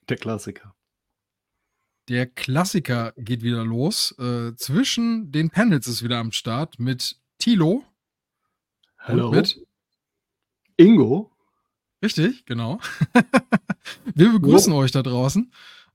Der Klassiker. Der Klassiker geht wieder los. Zwischen den Panels ist wieder am Start mit Thilo. Hallo. Und mit Ingo. Richtig, genau. Wir begrüßen euch da draußen.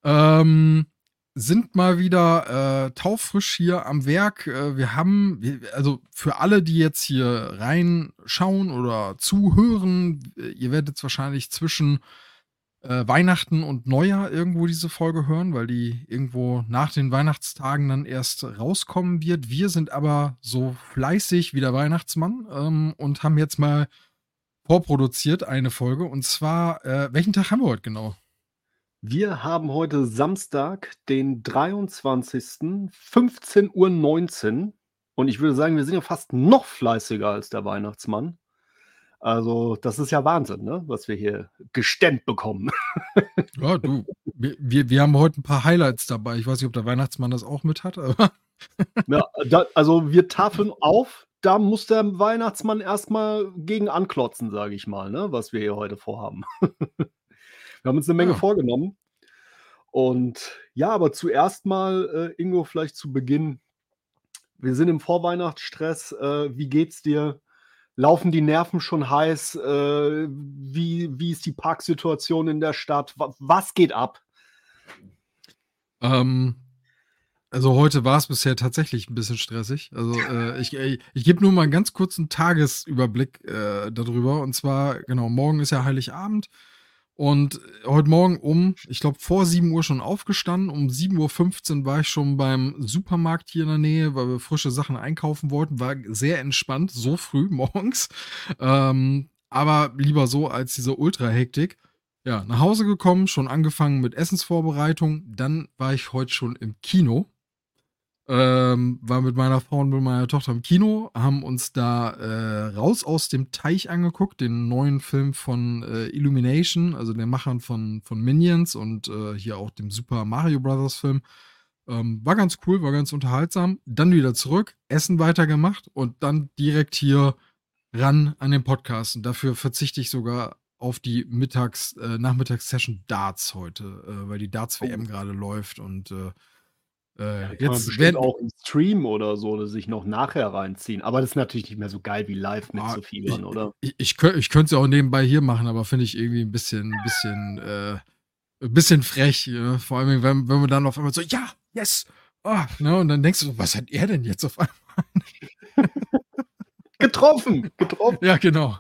Sind mal wieder taufrisch hier am Werk. Wir haben, also für alle, die jetzt hier reinschauen oder zuhören, ihr werdet es wahrscheinlich zwischen Weihnachten und Neujahr irgendwo diese Folge hören, weil die irgendwo nach den Weihnachtstagen dann erst rauskommen wird. Wir sind aber so fleißig wie der Weihnachtsmann und haben jetzt mal vorproduziert eine Folge. Und zwar, welchen Tag haben wir heute genau? Wir haben heute Samstag, den 23. 15:19 Uhr. Und ich würde sagen, wir sind ja fast noch fleißiger als der Weihnachtsmann. Also, das ist ja Wahnsinn, ne, was wir hier gestemmt bekommen. Ja, du, wir haben heute ein paar Highlights dabei. Ich weiß nicht, ob der Weihnachtsmann das auch mit hat, aber Ja, also wir tafeln auf, da muss der Weihnachtsmann erstmal gegen anklotzen, sage ich mal, ne, was wir hier heute vorhaben. Wir haben uns eine Menge ja. vorgenommen. Und ja, aber zuerst mal, Ingo, vielleicht zu Beginn. Wir sind im Vorweihnachtsstress. Wie geht's dir? Laufen die Nerven schon heiß? Wie ist die Parksituation in der Stadt? Was geht ab? Also heute war es bisher tatsächlich ein bisschen stressig. Also ich gebe nur mal einen ganz kurzen Tagesüberblick darüber. Und zwar, genau, morgen ist ja Heiligabend. Und heute Morgen ich glaube, vor 7 Uhr schon aufgestanden. Um 7:15 Uhr war ich schon beim Supermarkt hier in der Nähe, weil wir frische Sachen einkaufen wollten. War sehr entspannt, so früh morgens. Aber lieber so als diese Ultra-Hektik. Ja, nach Hause gekommen, schon angefangen mit Essensvorbereitung. Dann war ich heute schon im Kino. War mit meiner Frau und mit meiner Tochter im Kino, haben uns da Raus aus dem Teich angeguckt, den neuen Film von Illumination, also den Machern von Minions und hier auch dem Super Mario Bros. Film. War ganz cool, war ganz unterhaltsam. Dann wieder zurück, Essen weitergemacht und dann direkt hier ran an den Podcast. Und dafür verzichte ich sogar auf die Nachmittagssession Darts heute, weil die Darts-WM gerade läuft und Ja, die kann man jetzt bestimmt werden. auch im Stream oder so sich noch nachher reinziehen. Aber das ist natürlich nicht mehr so geil wie live mitzufiebern, oder? Ich könnte es ja auch nebenbei hier machen, aber finde ich irgendwie ein bisschen frech. Vor allem, wenn man dann auf einmal so, ja, yes, ne, und dann denkst du, was hat er denn jetzt auf einmal? Getroffen! Ja, genau.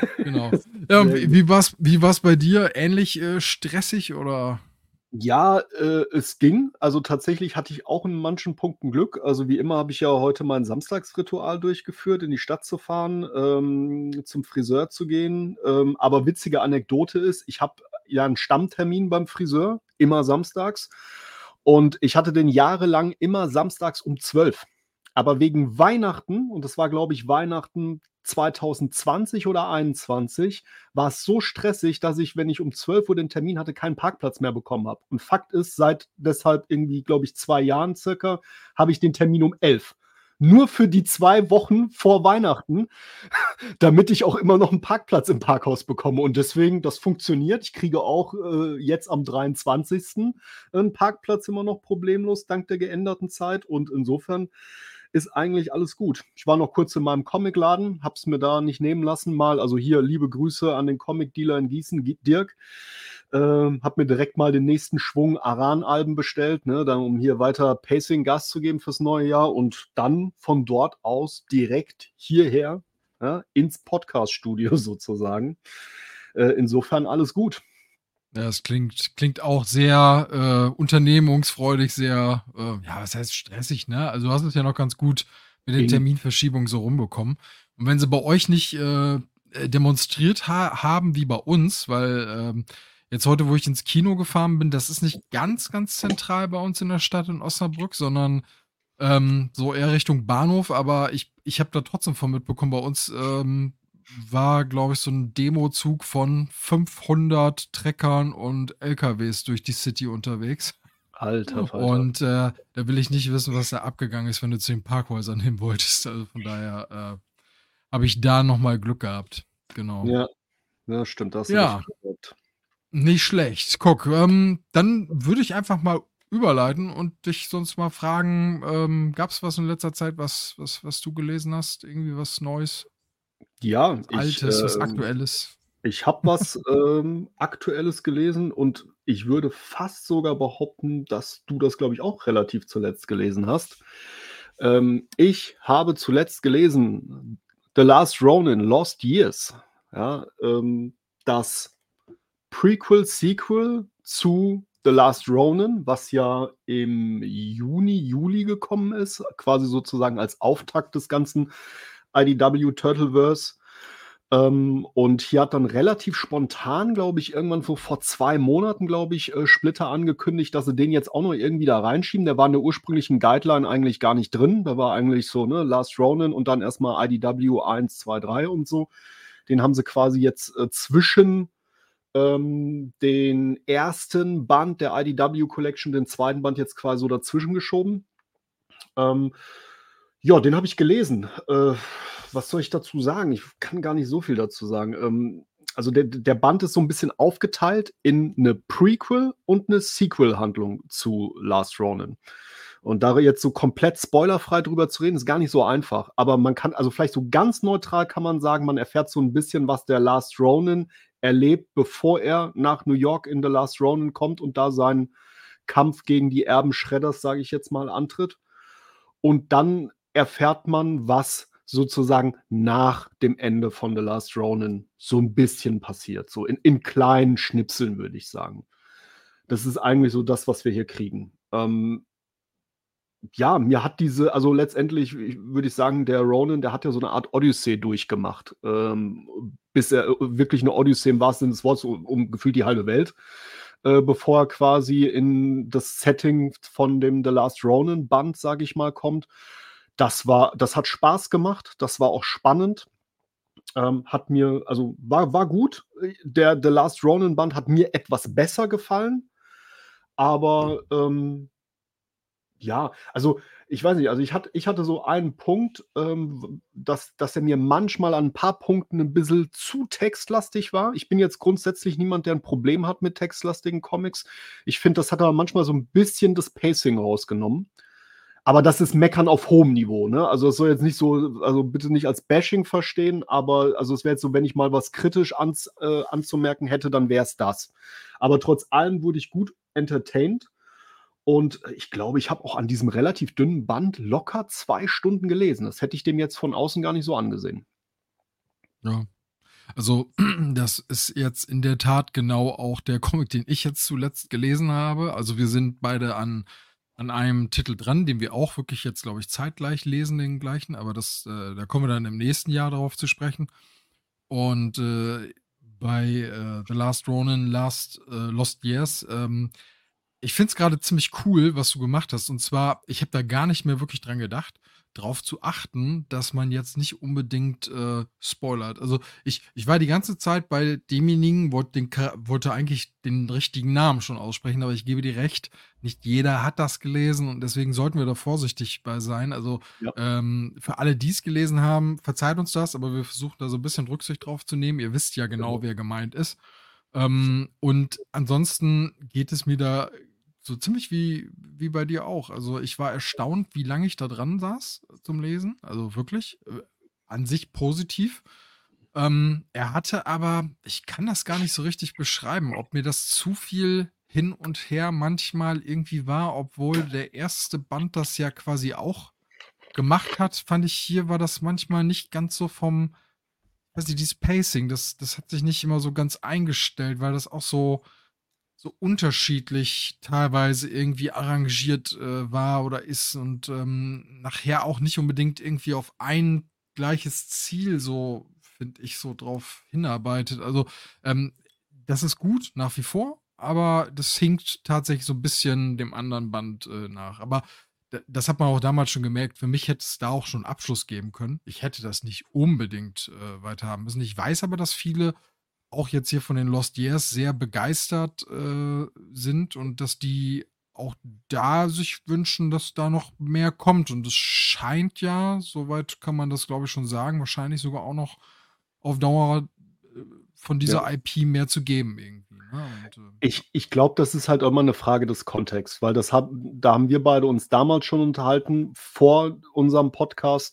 Ja, und wie war's bei dir? Ähnlich stressig oder? Ja, es ging. Also, tatsächlich hatte ich auch in manchen Punkten Glück. Also, wie immer habe ich ja heute mein Samstagsritual durchgeführt, in die Stadt zu fahren, zum Friseur zu gehen. Aber witzige Anekdote ist, ich habe ja einen Stammtermin beim Friseur, immer samstags. Und ich hatte den jahrelang immer samstags um 12. Aber wegen Weihnachten, und das war, glaube ich, Weihnachten 2020 oder 21, war es so stressig, dass ich, wenn ich um 12 Uhr den Termin hatte, keinen Parkplatz mehr bekommen habe. Und Fakt ist, seit deshalb irgendwie, glaube ich, 2 Jahren circa, habe ich den Termin um 11. Nur für die 2 Wochen vor Weihnachten, damit ich auch immer noch einen Parkplatz im Parkhaus bekomme. Und deswegen, das funktioniert. Ich kriege auch jetzt am 23. einen Parkplatz immer noch problemlos, dank der geänderten Zeit. Und insofern ist eigentlich alles gut. Ich war noch kurz in meinem Comicladen, habe es mir da nicht nehmen lassen mal. Also hier liebe Grüße an den Comic-Dealer in Gießen, Dirk. Habe mir direkt mal den nächsten Schwung Aran-Alben bestellt, ne, dann, um hier weiter Pacing Gas zu geben fürs neue Jahr und dann von dort aus direkt hierher, ja, ins Podcast-Studio sozusagen. Insofern alles gut. Ja, es klingt auch sehr unternehmungsfreudig, sehr, ja, was heißt stressig, ne? Also du hast es ja noch ganz gut mit den Ging. Terminverschiebungen so rumbekommen. Und wenn sie bei euch nicht demonstriert haben wie bei uns, weil jetzt heute, wo ich ins Kino gefahren bin, das ist nicht ganz zentral bei uns in der Stadt in Osnabrück, sondern so eher Richtung Bahnhof, aber ich habe da trotzdem von mitbekommen, bei uns war, glaube ich, so ein Demozug von 500 Treckern und LKWs durch die City unterwegs. Alter Falter. Und da will ich nicht wissen, was da abgegangen ist, wenn du zu den Parkhäusern hin wolltest. Also von daher habe ich da nochmal Glück gehabt. Genau. Ja, ja, stimmt, da hast du recht Ja, gehabt. Nicht schlecht. Guck, dann würde ich einfach mal überleiten und dich sonst mal fragen, gab es was in letzter Zeit, was du gelesen hast? Irgendwie was Neues, Ja, was Altes, was Aktuelles? ich habe was, Aktuelles gelesen und ich würde fast sogar behaupten, dass du das, glaube ich, auch relativ zuletzt gelesen hast. Ich habe zuletzt gelesen „The Last Ronin: Lost Years", ja, das Prequel, Sequel zu „The Last Ronin", was ja im Juni, Juli gekommen ist, quasi sozusagen als Auftakt des ganzen IDW Turtleverse. Und hier hat dann relativ spontan, glaube ich, irgendwann so vor 2 Monaten, glaube ich, Splitter angekündigt, dass sie den jetzt auch noch irgendwie da reinschieben. Der war in der ursprünglichen Guideline eigentlich gar nicht drin. Da war eigentlich so, ne, Last Ronin und dann erst mal IDW 1, 2, 3 und so. Den haben sie quasi jetzt, zwischen, den ersten Band der IDW Collection, den zweiten Band jetzt quasi so dazwischen geschoben. Ähm, ja, den habe ich gelesen. Was soll ich dazu sagen? Ich kann gar nicht so viel dazu sagen. Also der Band ist so ein bisschen aufgeteilt in eine Prequel und eine Sequel-Handlung zu Last Ronin. Und da jetzt so komplett spoilerfrei drüber zu reden, ist gar nicht so einfach. Aber man kann also vielleicht so ganz neutral kann man sagen, man erfährt so ein bisschen, was der Last Ronin erlebt, bevor er nach New York in The Last Ronin kommt und da seinen Kampf gegen die Erben Shredders, sage ich jetzt mal, antritt. Und dann erfährt man, was sozusagen nach dem Ende von The Last Ronin so ein bisschen passiert, so in kleinen Schnipseln, würde ich sagen. Das ist eigentlich so das, was wir hier kriegen. Ja, mir hat diese also letztendlich würde ich sagen, der Ronin, der hat ja so eine Art Odyssee durchgemacht, bis er wirklich eine Odyssee im wahrsten Sinne des Wortes um gefühlt die halbe Welt, bevor er quasi in das Setting von dem The Last Ronin Band, sage ich mal, kommt. Das hat Spaß gemacht, das war auch spannend, hat mir also war gut. Der The Last Ronin Band hat mir etwas besser gefallen, aber, ja, also, ich weiß nicht, also, ich hatte so einen Punkt, dass er mir manchmal an 'n paar Punkten 'n bisschen zu textlastig war. Ich bin jetzt grundsätzlich niemand, der 'n Problem hat mit textlastigen Comics. Ich finde, das hat aber manchmal so 'n bisschen das Pacing rausgenommen. Aber das ist Meckern auf hohem Niveau, ne? Also, es soll jetzt nicht so also, bitte nicht als Bashing verstehen, aber also, es wäre jetzt so, wenn ich mal was kritisch anzumerken hätte, dann wär's das. Aber trotz allem wurde ich gut entertained und ich glaube, ich habe auch an diesem relativ dünnen Band locker 2 Stunden gelesen. Das hätte ich dem jetzt von außen gar nicht so angesehen. Ja. Also, das ist jetzt in der Tat genau auch der Comic, den ich jetzt zuletzt gelesen habe. Also, wir sind beide an einem Titel dran, den wir auch wirklich jetzt, glaube ich, zeitgleich lesen, den gleichen, aber da kommen wir dann im nächsten Jahr darauf zu sprechen. Und, bei, The Last Ronin, Lost Years, ich finde es gerade ziemlich cool, was du gemacht hast. Und zwar, ich habe da gar nicht mehr wirklich dran gedacht, drauf zu achten, dass man jetzt nicht unbedingt spoilert. Also ich war die ganze Zeit bei demjenigen, wollte eigentlich den richtigen Namen schon aussprechen, aber ich gebe dir recht, nicht jeder hat das gelesen und deswegen sollten wir da vorsichtig bei sein. Also Ja, für alle, die es gelesen haben, verzeiht uns das, aber wir versuchen da so ein bisschen Rücksicht drauf zu nehmen. Ihr wisst ja genau, genau. wer gemeint ist. Und ansonsten geht es mir da so ziemlich wie bei dir auch. Also, ich war erstaunt, wie lange ich da dran saß zum Lesen. Also wirklich, an sich positiv. Er hatte aber ich kann das gar nicht so richtig beschreiben, ob mir das zu viel hin und her manchmal irgendwie war, obwohl der erste Band das ja quasi auch gemacht hat, fand ich, hier war das manchmal nicht ganz so vom weiß nicht, dieses Pacing, das hat sich nicht immer so ganz eingestellt, weil das auch so unterschiedlich teilweise irgendwie arrangiert, war oder ist und, nachher auch nicht unbedingt irgendwie auf ein gleiches Ziel so, finde ich, so drauf hinarbeitet. Also, das ist gut nach wie vor, aber das hinkt tatsächlich so ein bisschen dem anderen Band, nach. Aber das hat man auch damals schon gemerkt. Für mich hätte es da auch schon 'n Abschluss geben können. Ich hätte das nicht unbedingt, weiterhaben müssen. Ich weiß aber, dass viele auch jetzt hier von den Lost Years sehr begeistert, sind und dass die auch da sich wünschen, dass da noch mehr kommt. Und es scheint ja, soweit kann man das, glaube ich, schon sagen, wahrscheinlich sogar auch noch auf Dauer, von Ja. dieser IP mehr zu geben irgendwie, Ne? Und, Ich glaube, das ist halt immer eine Frage des Kontexts, weil da haben wir beide uns damals schon unterhalten, vor unserem Podcast,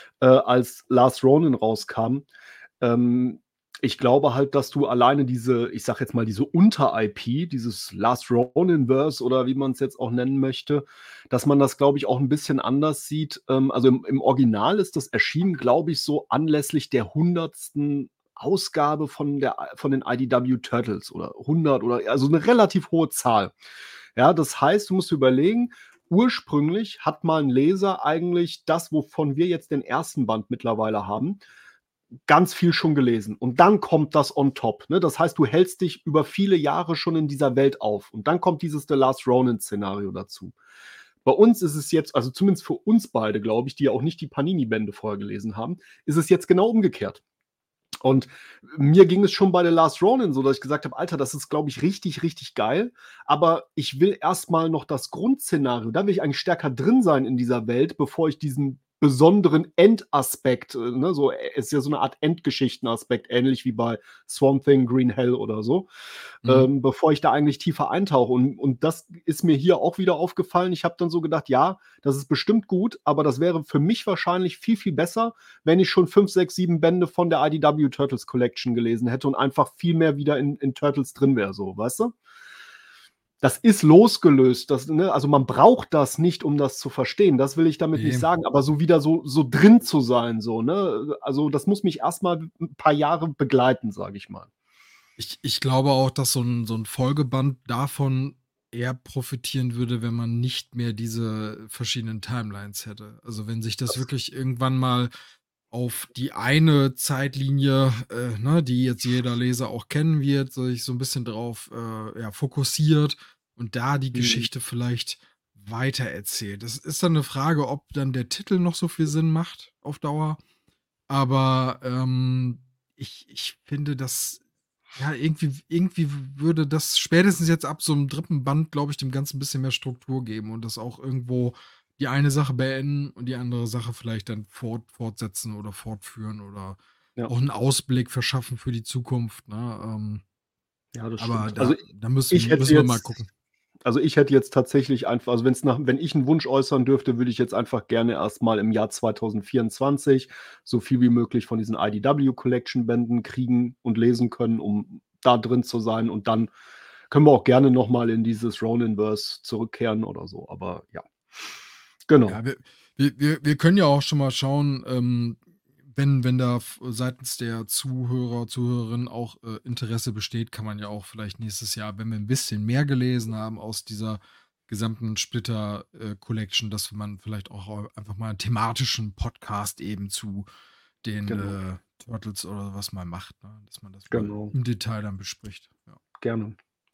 als Last Ronin rauskam. Ähm, Ich glaube halt, dass du alleine diese, ich sage jetzt mal, diese Unter-IP, dieses Last Ronin-Verse oder wie man es jetzt auch nennen möchte, dass man das, glaube ich, auch ein bisschen anders sieht. Also im Original ist das erschienen, glaube ich, so anlässlich der 100. Ausgabe von den IDW Turtles oder 100 oder also eine relativ hohe Zahl. Ja, das heißt, du musst überlegen, ursprünglich hat mal ein Leser eigentlich das, wovon wir jetzt den ersten Band mittlerweile haben, ganz viel schon gelesen. Und dann kommt das on top. Ne? Das heißt, du hältst dich über viele Jahre schon in dieser Welt auf. Und dann kommt dieses The Last Ronin-Szenario dazu. Bei uns ist es jetzt, also zumindest für uns beide, glaube ich, die ja auch nicht die Panini-Bände vorher gelesen haben, ist es jetzt genau umgekehrt. Und mir ging es schon bei The Last Ronin so, dass ich gesagt habe, Alter, das ist, glaube ich, richtig, richtig geil. Aber ich will erstmal noch das Grundszenario, da will ich eigentlich stärker drin sein in dieser Welt, bevor ich diesen besonderen Endaspekt, ne, so ist ja so eine Art Endgeschichtenaspekt, ähnlich wie bei Swamp Thing, Green Hell oder so, bevor ich da eigentlich tiefer eintauche. Und das ist mir hier auch wieder aufgefallen. Ich habe dann so gedacht, ja, das ist bestimmt gut, aber das wäre für mich wahrscheinlich viel, viel besser, wenn ich schon 5, 6, 7 Bände von der IDW Turtles Collection gelesen hätte und einfach viel mehr wieder in Turtles drin wäre, so, weißt du? Das ist losgelöst. Ne? Also man braucht das nicht, um das zu verstehen. Das will ich damit nicht nee. sagen, aber so wieder so drin zu sein, so, ne? Also das muss mich erstmal ein paar Jahre begleiten, sage ich mal. Ich glaube auch, dass so ein Folgeband davon eher profitieren würde, wenn man nicht mehr diese verschiedenen Timelines hätte. Also, wenn sich das wirklich irgendwann mal auf die eine Zeitlinie, ne, die jetzt jeder Leser auch kennen wird, sich so ein bisschen drauf, ja, fokussiert und da die Mhm. Geschichte vielleicht weitererzählt. Das ist dann eine Frage, ob dann der Titel noch so viel Sinn macht auf Dauer. Aber, ich finde, dass ja, irgendwie würde das spätestens jetzt ab so 'm 3. Band, glaube ich, dem Ganzen 'n bisschen mehr Struktur geben und das auch irgendwo die eine Sache beenden und die andere Sache vielleicht dann fortsetzen oder fortführen oder Ja. auch 'n Ausblick verschaffen für die Zukunft, ne? Ja, das Aber stimmt. Also da ich hätte müssen wir mal jetzt gucken. Also ich hätte jetzt tatsächlich einfach, also wenn ich einen Wunsch äußern dürfte, würde ich jetzt einfach gerne erstmal im Jahr 2024 so viel wie möglich von diesen IDW Collection Bänden kriegen und lesen können, um da drin zu sein. Und dann können wir auch gerne noch mal in dieses Roninverse zurückkehren oder so. Aber ja, genau. Ja, wir können ja auch schon mal schauen, wenn da seitens der Zuhörer, Zuhörerinnen auch Interesse besteht, kann man ja auch vielleicht nächstes Jahr, wenn wir ein bisschen mehr gelesen haben aus dieser gesamten Splitter-Collection, dass man vielleicht auch einfach mal einen thematischen Podcast eben zu den Genau, Turtles oder was mal macht, ne? Dass man das mal genau, im Detail dann bespricht. Ja. gerne.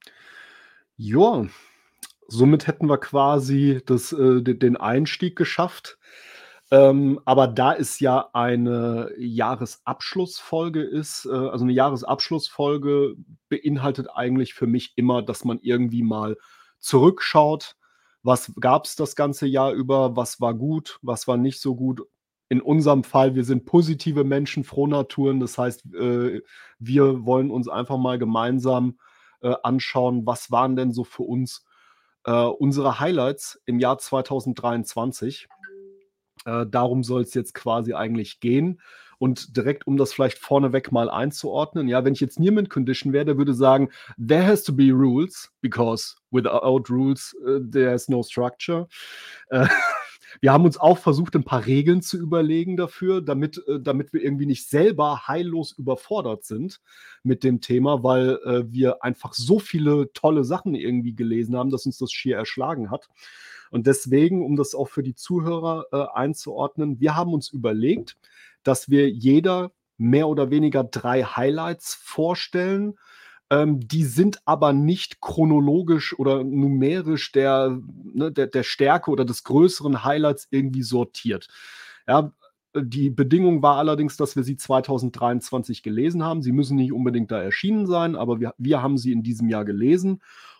Ja, somit hätten wir quasi den Einstieg geschafft. Aber da es ja eine Jahresabschlussfolge ist, also eine Jahresabschlussfolge beinhaltet eigentlich für mich immer, dass man irgendwie mal zurückschaut. Was gab es das ganze Jahr über? Was war gut? Was war nicht so gut? In unserem Fall, wir sind positive Menschen, Frohnaturen. Das heißt, wir wollen uns einfach mal gemeinsam anschauen, was waren denn so für uns unsere Highlights im Jahr 2023. Darum soll es jetzt quasi eigentlich gehen. Und direkt, um das vielleicht vorneweg mal einzuordnen, ja, wenn ich jetzt Nierman Condition wäre, der würde sagen, there has to be rules, because without rules, there's no structure. Äh, Wir haben uns auch versucht, ein paar Regeln zu überlegen dafür, damit wir irgendwie nicht selber heillos überfordert sind mit dem Thema, weil wir einfach so viele tolle Sachen irgendwie gelesen haben, dass uns das schier erschlagen hat. Und deswegen, um das auch für die Zuhörer einzuordnen, wir haben uns überlegt, dass wir jeder mehr oder weniger 3 Highlights vorstellen. Die sind aber nicht chronologisch oder numerisch der Stärke oder des größeren Highlights irgendwie sortiert. Ja, die Bedingung war allerdings, dass wir sie 2023 gelesen haben. Sie müssen nicht unbedingt da erschienen sein, aber wir haben sie in diesem Jahr gelesen.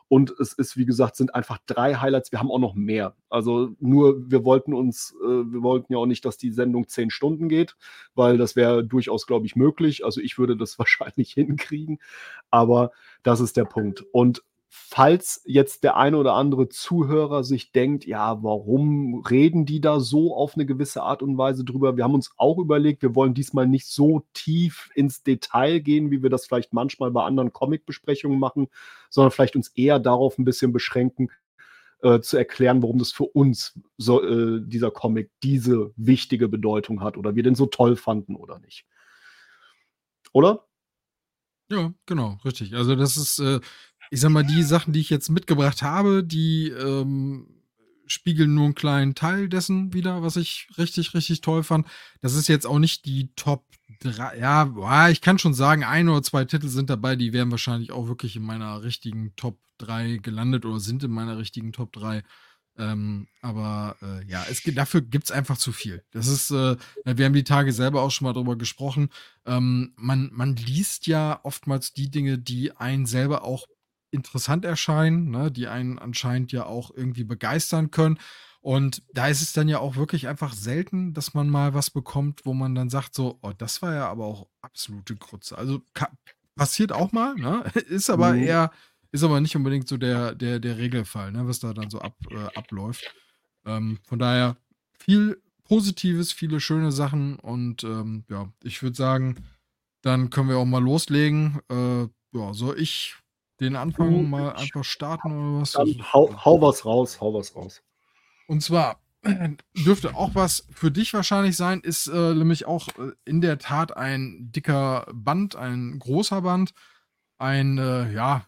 Und es ist, wie gesagt, sind einfach 3 Highlights. Wir haben auch noch mehr. Also nur, wir wollten ja auch nicht, dass die Sendung 10 Stunden geht, weil das wäre durchaus, glaube ich, möglich. Also ich würde das wahrscheinlich hinkriegen, aber das ist der Punkt. Und falls jetzt der eine oder andere Zuhörer sich denkt, ja, warum reden die da so auf eine gewisse Art und Weise drüber? Wir haben uns auch überlegt, wir wollen diesmal nicht so tief ins Detail gehen, wie wir das vielleicht manchmal bei anderen Comic-Besprechungen machen, sondern vielleicht uns eher darauf ein bisschen beschränken, zu erklären, warum das für uns dieser Comic diese wichtige Bedeutung hat oder wir den so toll fanden oder nicht. Oder? Ja, genau, richtig. Also das ist, ich sag mal, die Sachen, die ich jetzt mitgebracht habe, die spiegeln nur einen kleinen Teil dessen wider, was ich richtig, richtig toll fand. Das ist jetzt auch nicht die Top 3. Ja, boah, ich kann schon sagen, 1 oder 2 Titel sind dabei, die wären wahrscheinlich auch wirklich in meiner richtigen Top 3 gelandet oder sind in meiner richtigen Top 3. Aber ja, dafür gibt's einfach zu viel. Das ist, wir haben die Tage selber auch schon mal drüber gesprochen. Man liest ja oftmals die Dinge, die einen selber auch interessant erscheinen, ne, die einen anscheinend ja auch irgendwie begeistern können. Und da ist es dann ja auch wirklich einfach selten, dass man mal was bekommt, wo man dann sagt so, oh, das war ja aber auch absolute Grütze. Also passiert auch mal, ne? Mhm. Ist aber nicht unbedingt so der Regelfall, ne, was da dann so abläuft. Von daher viel Positives, viele schöne Sachen und ja, ich würde sagen, dann können wir auch mal loslegen. Ja, soll ich den Anfang Du, mal einfach starten oder was? dann hau was raus, hau was raus. Und zwar dürfte auch was für dich wahrscheinlich sein, ist nämlich auch in der Tat ein dicker Band, ein großer Band, ein, ja,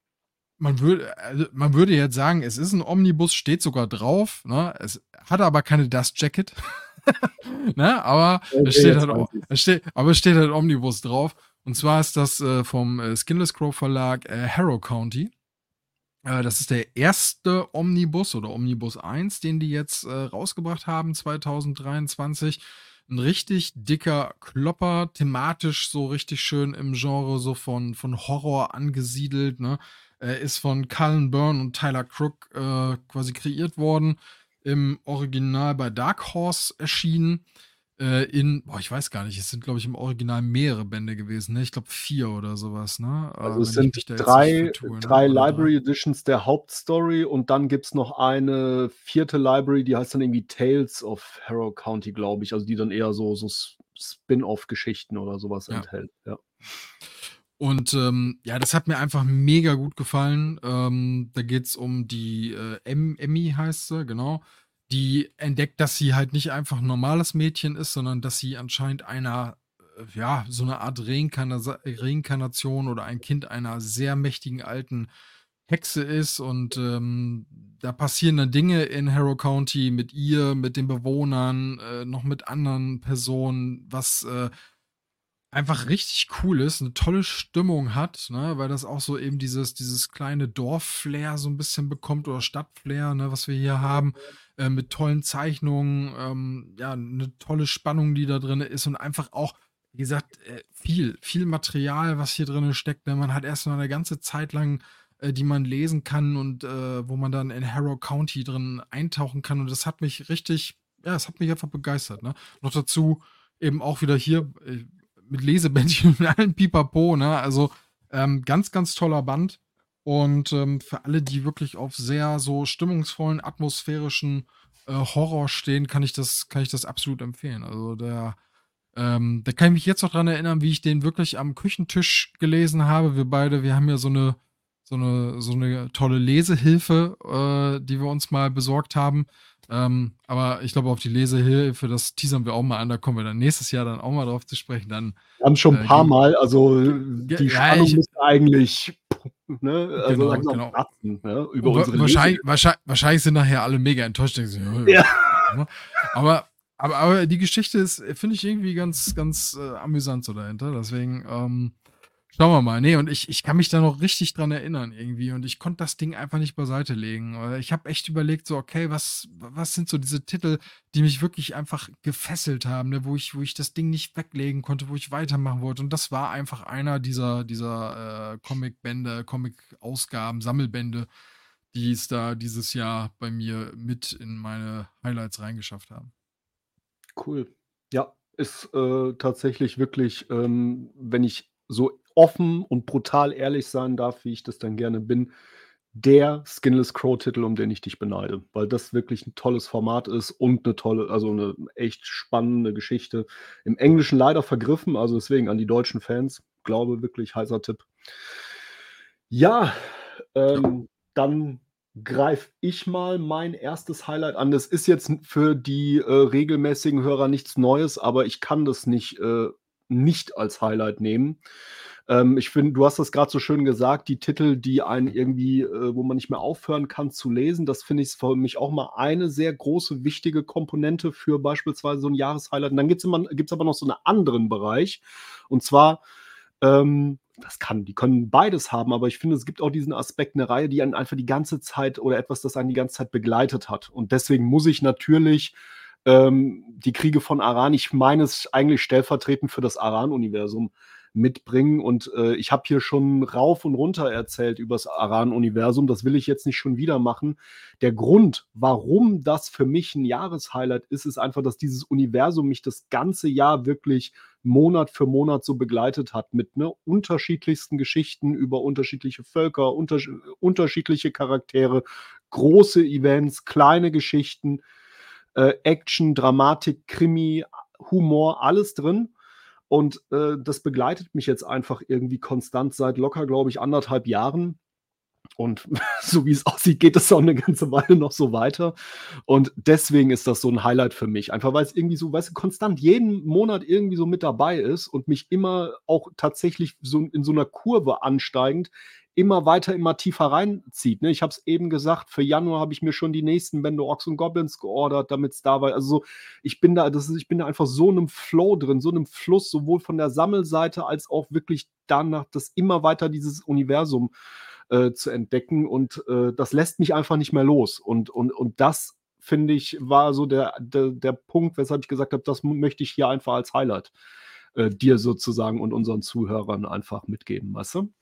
man würde jetzt sagen, es ist ein Omnibus, steht sogar drauf, ne? Es hat aber keine Dust Jacket. Ne? Aber es Okay, steht jetzt halt, weiß ich's. es steht halt Omnibus drauf. Und zwar ist das vom Skinless Crow Verlag Harrow County. Das ist der erste Omnibus oder Omnibus 1, den die jetzt rausgebracht haben, 2023. Ein richtig dicker Klopper, thematisch so richtig schön im Genre so von Horror angesiedelt. Ne? Ist von Cullen Byrne und Tyler Crook quasi kreiert worden. Im Original bei Dark Horse erschienen. Ich weiß gar nicht, es sind, glaube ich, im Original mehrere Bände gewesen, ne? Ich glaube 4 oder sowas, ne? Also es Wenn ich sind mich da jetzt nicht drei, vertue, ne? drei Oder 3. Library Editions der Hauptstory und dann gibt es noch eine 4. Library, die heißt dann irgendwie Tales of Harrow County, glaube ich. Also die dann eher so Spin-off-Geschichten oder sowas Ja. enthält. Ja. Und ja, das hat mir einfach mega gut gefallen. Da geht's um die Emmy heißt sie, genau. Die entdeckt, dass sie halt nicht einfach ein normales Mädchen ist, sondern dass sie anscheinend ja, so eine Art Reinkarnation oder ein Kind einer sehr mächtigen alten Hexe ist. Und da passieren dann Dinge in Harrow County mit ihr, mit den Bewohnern, noch mit anderen Personen, was einfach richtig cool ist, eine tolle Stimmung hat, ne, weil das auch so eben dieses kleine Dorf-Flair so ein bisschen bekommt oder Stadt-Flair, ne, was wir hier haben, mit tollen Zeichnungen, ja, eine tolle Spannung, die da drin ist und einfach auch, wie gesagt, viel Material, was hier drin steckt, ne? Man hat erst mal eine ganze Zeit lang, die man lesen kann und wo man dann in Harrow County drin eintauchen kann und das hat mich richtig, ja, es hat mich einfach begeistert, ne? Noch dazu eben auch wieder hier, mit Lesebändchen und allen Pipapo, ne? Also ganz, ganz toller Band. Und für alle, die wirklich auf sehr so stimmungsvollen, atmosphärischen Horror stehen, kann ich das absolut empfehlen. Also da kann ich mich jetzt noch dran erinnern, wie ich den wirklich am Küchentisch gelesen habe. Wir haben ja so eine tolle Lesehilfe, die wir uns mal besorgt haben. Aber ich glaube, auf die Lesehilfe, das teasern wir auch mal an, da kommen wir dann nächstes Jahr dann auch mal drauf zu sprechen. Dann Wir haben schon ein paar Mal, also die ja, Spannung müsste eigentlich, ne, also genau, langsam genau. platzen, ne, über Und unsere Lese. wahrscheinlich sind nachher alle mega enttäuscht. Denken sich, Ja. ne? Aber die Geschichte ist, finde ich irgendwie ganz, ganz amüsant so dahinter. Deswegen Schauen wir mal. Ne, und ich kann mich da noch richtig dran erinnern irgendwie und ich konnte das Ding einfach nicht beiseite legen. Ich habe echt überlegt so: „Okay, was sind so diese Titel, die mich wirklich einfach gefesselt haben, ne, wo ich das Ding nicht weglegen konnte, wo ich weitermachen wollte?“ Und das war einfach einer dieser Comicbände, Comic-Ausgaben, Sammelbände, die es da dieses Jahr bei mir mit in meine Highlights reingeschafft haben. Cool. Ja, ist, tatsächlich wirklich, wenn ich so offen und brutal ehrlich sein darf, wie ich das dann gerne bin, der Skinless Crow-Titel, um den ich dich beneide, weil das wirklich 'n tolles Format ist und 'ne tolle, also 'ne echt spannende Geschichte. Im Englischen leider vergriffen, also deswegen an die deutschen Fans, glaube wirklich, heißer Tipp. Ja, Ja. dann greife ich mal mein erstes Highlight an. Das ist jetzt für die, regelmäßigen Hörer nichts Neues, aber ich kann das nicht als Highlight nehmen. Ich finde, du hast das grad so schön gesagt, die Titel, die einen irgendwie wo man nicht mehr aufhören kann zu lesen, das finde ich ist für mich auch mal eine sehr große, wichtige Komponente für beispielsweise so 'n Jahreshighlight. Und dann gibt's aber noch so 'n anderen Bereich, und zwar, die können beides haben, aber ich finde, es gibt auch diesen Aspekt, 'ne Reihe, die einen einfach die ganze Zeit oder etwas, das einen die ganze Zeit begleitet hat. Und deswegen muss ich natürlich, die Kriege von Aran, ich meine es eigentlich stellvertretend für das Aran-Universum, mitbringen. Und, ich habe hier schon rauf und runter erzählt übers Aran-Universum. Das will ich jetzt nicht schon wieder machen. Der Grund, warum das für mich 'n Jahreshighlight ist, ist einfach, dass dieses Universum mich das ganze Jahr wirklich Monat für Monat so begleitet hat mit, ne, unterschiedlichsten Geschichten über unterschiedliche Völker, unterschiedliche Charaktere, große Events, kleine Geschichten, Action, Dramatik, Krimi, Humor, alles drin. Und, das begleitet mich jetzt einfach irgendwie konstant seit locker, glaube ich, 1,5 Jahren. Und so wie es aussieht, geht das auch 'ne ganze Weile noch so weiter. Und deswegen ist das so 'n Highlight für mich. Einfach weil's irgendwie so, weißt du, konstant jeden Monat irgendwie so mit dabei ist und mich immer auch tatsächlich so in so 'ner Kurve ansteigend immer weiter, immer tiefer reinzieht, ne? Ich habe es eben gesagt, für Januar habe ich mir schon die nächsten Bände Orcs& Goblins geordert, damit's da war. Also so, ich bin da einfach so in 'nem Flow drin, so in 'nem Fluss, sowohl von der Sammelseite als auch wirklich danach, das immer weiter dieses Universum zu entdecken, und, das lässt mich einfach nicht mehr los. Und das, finde ich, war so der Punkt, weshalb ich gesagt habe, das möchte ich hier einfach als Highlight, dir sozusagen und unseren Zuhörern einfach mitgeben, weißt du?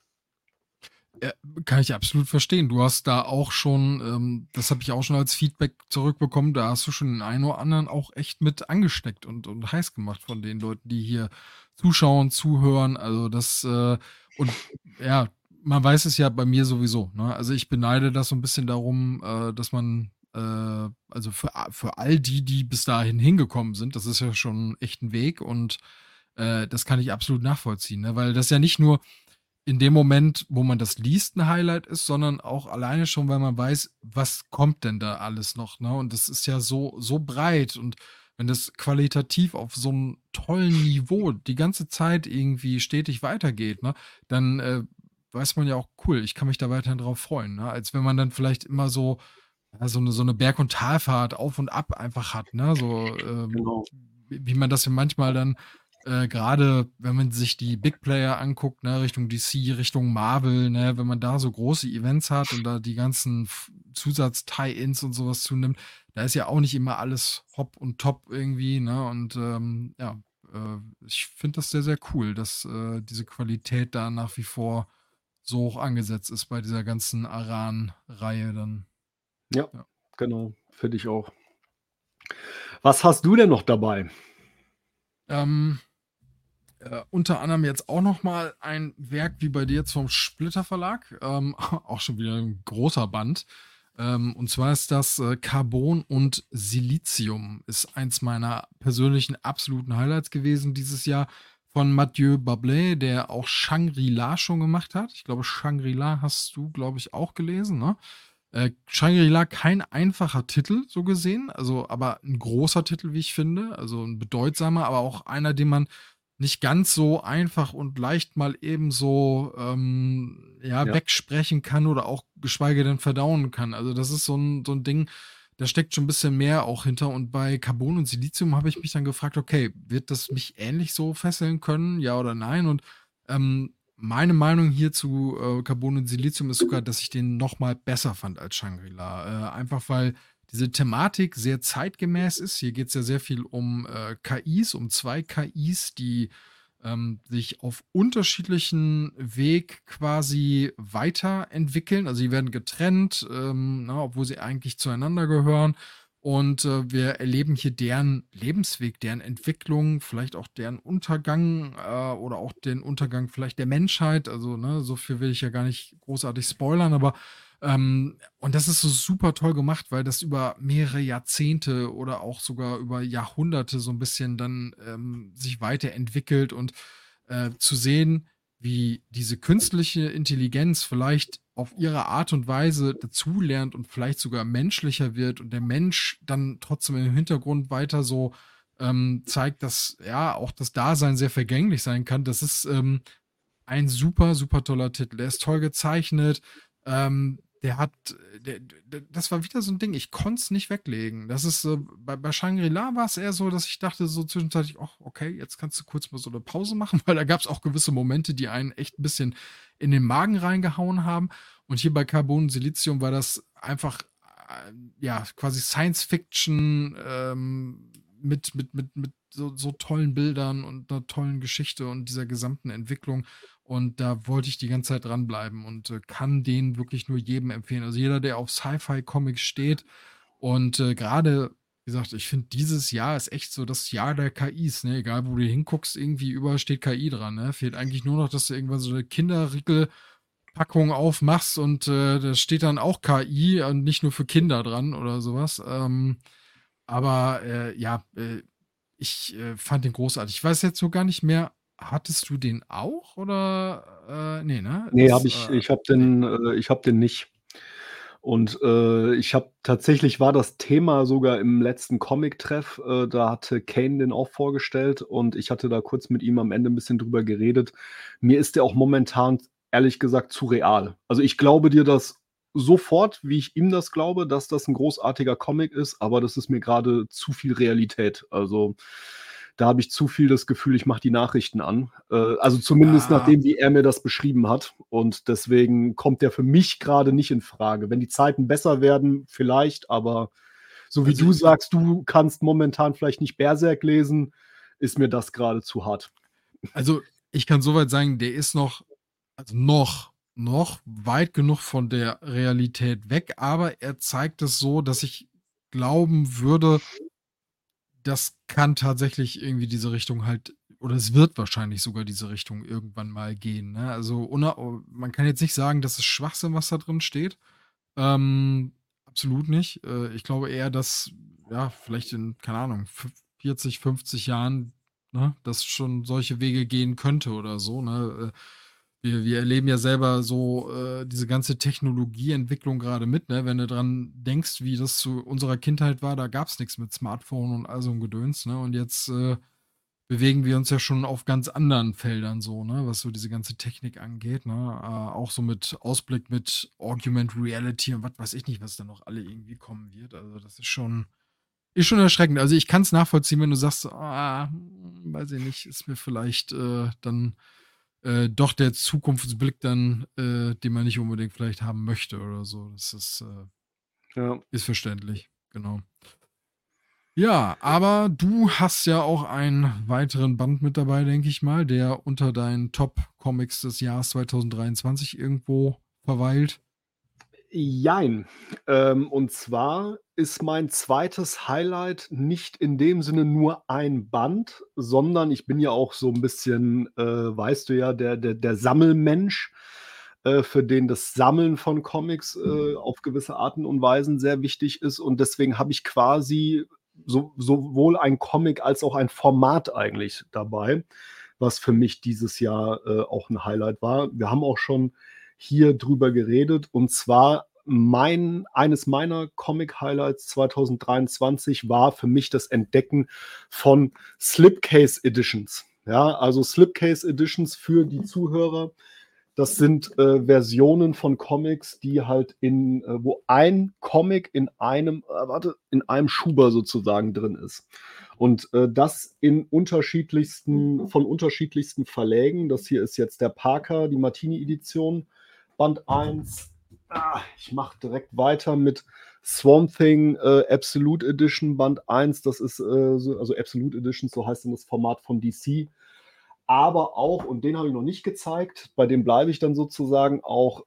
Ja, kann ich absolut verstehen. Du hast da auch schon, das habe ich auch schon als Feedback zurückbekommen, da hast du schon den einen oder anderen auch echt mit angesteckt und heiß gemacht von den Leuten, die hier zuschauen, zuhören. Also das, und ja, man weiß es ja bei mir sowieso, ne? Also ich beneide das so ein bisschen darum, dass man, also für all die, die bis dahin hingekommen sind, das ist ja schon echt ein Weg und das kann ich absolut nachvollziehen, ne? Weil das ja nicht nur in dem Moment, wo man das liest, 'n Highlight ist, sondern auch alleine schon, weil man weiß, was kommt denn da alles noch, ne? Und das ist ja so breit und wenn das qualitativ auf so 'nem tollen Niveau die ganze Zeit irgendwie stetig weitergeht, ne, dann, weiß man ja auch: „Cool, ich kann mich da weiterhin drauf freuen“, ne? Als wenn man dann vielleicht immer so, ja, so 'ne Berg und Talfahrt auf und ab einfach hat, ne? So, Genau. wie man das ja manchmal dann, grade wenn man sich die Big Player anguckt, ne, Richtung DC, Richtung Marvel, ne, wenn man da so große Events hat und da die ganzen Zusatz-Tie-ins und sowas zunimmt, da ist ja auch nicht immer alles hopp und top irgendwie, ne? Und, ja, ich finde das sehr, sehr cool, dass, diese Qualität da nach wie vor so hoch angesetzt ist bei dieser ganzen Aran-Reihe dann, Ja, ja. genau, finde ich auch. Was hast du denn noch dabei? Ähm unter anderem jetzt auch noch mal ein Werk wie bei dir jetzt vom Splitter Verlag, auch schon wieder ein großer Band. Und zwar ist das, „Carbon und Silizium“, ist eins meiner persönlichen absoluten Highlights gewesen dieses Jahr von Mathieu Bablé, der auch Shangri-La schon gemacht hat. Ich glaube, Shangri-La hast du, glaube ich, auch gelesen, ne? Shangri-La kein einfacher Titel so gesehen, also aber ein großer Titel, wie ich finde, also ein bedeutsamer, aber auch einer, den man nicht ganz so einfach und leicht mal eben so, ja, Ja. wegsprechen kann oder auch geschweige denn verdauen kann. Also, das ist so 'n Ding, da steckt schon 'n bisschen mehr auch hinter und bei Carbon und Silizium habe ich mich dann gefragt: „Okay, wird das mich ähnlich so fesseln können, ja oder nein?“ Und, meine Meinung hier zu Carbon und Silizium ist sogar, dass ich den noch mal besser fand als Shangri-La. Einfach weil diese Thematik sehr zeitgemäß ist. Hier geht es ja sehr viel um KIs, um 2 KIs, die sich auf unterschiedlichen Weg quasi weiterentwickeln. Also, die werden getrennt, obwohl sie eigentlich zueinander gehören. Und wir erleben hier deren Lebensweg, deren Entwicklung, vielleicht auch deren Untergang oder auch den Untergang vielleicht der Menschheit. Also, ne, so viel will ich ja gar nicht großartig spoilern, aber und das ist so super toll gemacht, weil das über mehrere Jahrzehnte oder auch sogar über Jahrhunderte so ein bisschen dann sich weiterentwickelt und zu sehen, wie diese künstliche Intelligenz vielleicht auf ihre Art und Weise dazulernt und vielleicht sogar menschlicher wird und der Mensch dann trotzdem im Hintergrund weiter so zeigt, dass ja auch das Dasein sehr vergänglich sein kann. Das ist ein super, super toller Titel. Der ist toll gezeichnet. Der hat, das war wieder so ein Ding, ich konnte es nicht weglegen. Das ist, bei Shangri-La war es eher so, dass ich dachte so zwischenzeitlich, ach, okay, jetzt kannst du kurz mal so eine Pause machen, weil da gab es auch gewisse Momente, die einen echt ein bisschen in den Magen reingehauen haben. Und hier bei Carbon und Silizium war das einfach, ja, quasi Science Fiction mit so tollen Bildern und einer tollen Geschichte und dieser gesamten Entwicklung. Und da wollte ich die ganze Zeit dranbleiben und kann den wirklich nur jedem empfehlen. Also jeder, der auf Sci-Fi-Comics steht und gerade, wie gesagt, ich finde, dieses Jahr ist echt so das Jahr der KIs, ne? Egal, wo du hinguckst, irgendwie überall steht KI dran, ne? Fehlt eigentlich nur noch, dass du irgendwann so eine Kinderriegel-Packung aufmachst und da steht dann auch KI und nicht nur für Kinder dran oder sowas. Aber ja, ich fand den großartig. Ich weiß jetzt so gar nicht mehr, hattest du den auch oder nee, ne? Ne, habe ich ich habe Nee. den nicht. Und, ich habe tatsächlich war das Thema sogar im letzten Comic-Treff, da hatte Kane den auch vorgestellt und ich hatte da kurz mit ihm am Ende 'n bisschen drüber geredet. Mir ist der auch momentan ehrlich gesagt zu real. Also, ich glaube dir das sofort, wie ich ihm das glaube, dass das 'n großartiger Comic ist, aber das ist mir grade zu viel Realität. Also, da habe ich zu viel das Gefühl, ich mache die Nachrichten an. Also, zumindest nach Ja, dem, wie er mir das beschrieben hat. Und deswegen kommt der für mich grade nicht in Frage. Wenn die Zeiten besser werden, vielleicht, aber so wie also du sagst, du kannst momentan vielleicht nicht Berserk lesen, ist mir das grade zu hart. ich kann soweit sagen, der ist noch, also noch weit genug von der Realität weg, aber er zeigt es so, dass ich glauben würde, das kann tatsächlich irgendwie diese Richtung halt, oder es wird wahrscheinlich sogar diese Richtung irgendwann mal gehen, ne? Also, man kann jetzt nicht sagen, das ist Schwachsinn, was da drin steht. Absolut nicht. Ich glaube eher, dass, ja, vielleicht in, keine Ahnung, 40, 50 Jahren, ne, das schon solche Wege gehen könnte oder so, ne? Wir erleben ja selber so diese ganze Technologieentwicklung gerade mit, ne? Wenn du dran denkst, wie das zu unserer Kindheit war, da gab es nichts mit Smartphone und all so ein Gedöns, ne? Und jetzt bewegen wir uns ja schon auf ganz anderen Feldern so, ne, was so diese ganze Technik angeht, ne? Auch so mit Ausblick mit Augmented Reality und was weiß ich nicht, was da noch alle irgendwie kommen wird. Also das ist schon erschreckend. Also ich kann es nachvollziehen, wenn du sagst, weiß ich nicht, ist mir vielleicht dann doch der Zukunftsblick dann, den man nicht unbedingt vielleicht haben möchte oder so. Ja. Ist verständlich, genau. Ja, aber du hast ja auch einen weiteren Band mit dabei, denke ich mal, der unter deinen Top-Comics des Jahres 2023 irgendwo verweilt. Jein. Und zwar ist mein zweites Highlight nicht in dem Sinne nur ein Band, sondern ich bin ja auch so 'n bisschen, weißt du ja, der Sammelmensch, für den das Sammeln von Comics, auf gewisse Arten und Weisen sehr wichtig ist. Und deswegen habe ich quasi sowohl ein Comic als auch ein Format eigentlich dabei, was für mich dieses Jahr, auch 'n Highlight war. Wir haben auch schon hier drüber geredet. Und zwar eines meiner Comic-Highlights 2023 war für mich das Entdecken von Slipcase Editions. Ja, also Slipcase Editions für die Zuhörer, das sind Versionen von Comics, die halt wo ein Comic in einem Schuber sozusagen drin ist. Und das von unterschiedlichsten Verlägen. Das hier ist jetzt der Parker, die Martini-Edition, Band 1. Ich mache direkt weiter mit Swamp Thing Absolute Edition Band 1. Das ist also Absolute Edition, so heißt dann das Format von DC. Aber auch, und den habe ich noch nicht gezeigt, bei dem bleibe ich dann sozusagen auch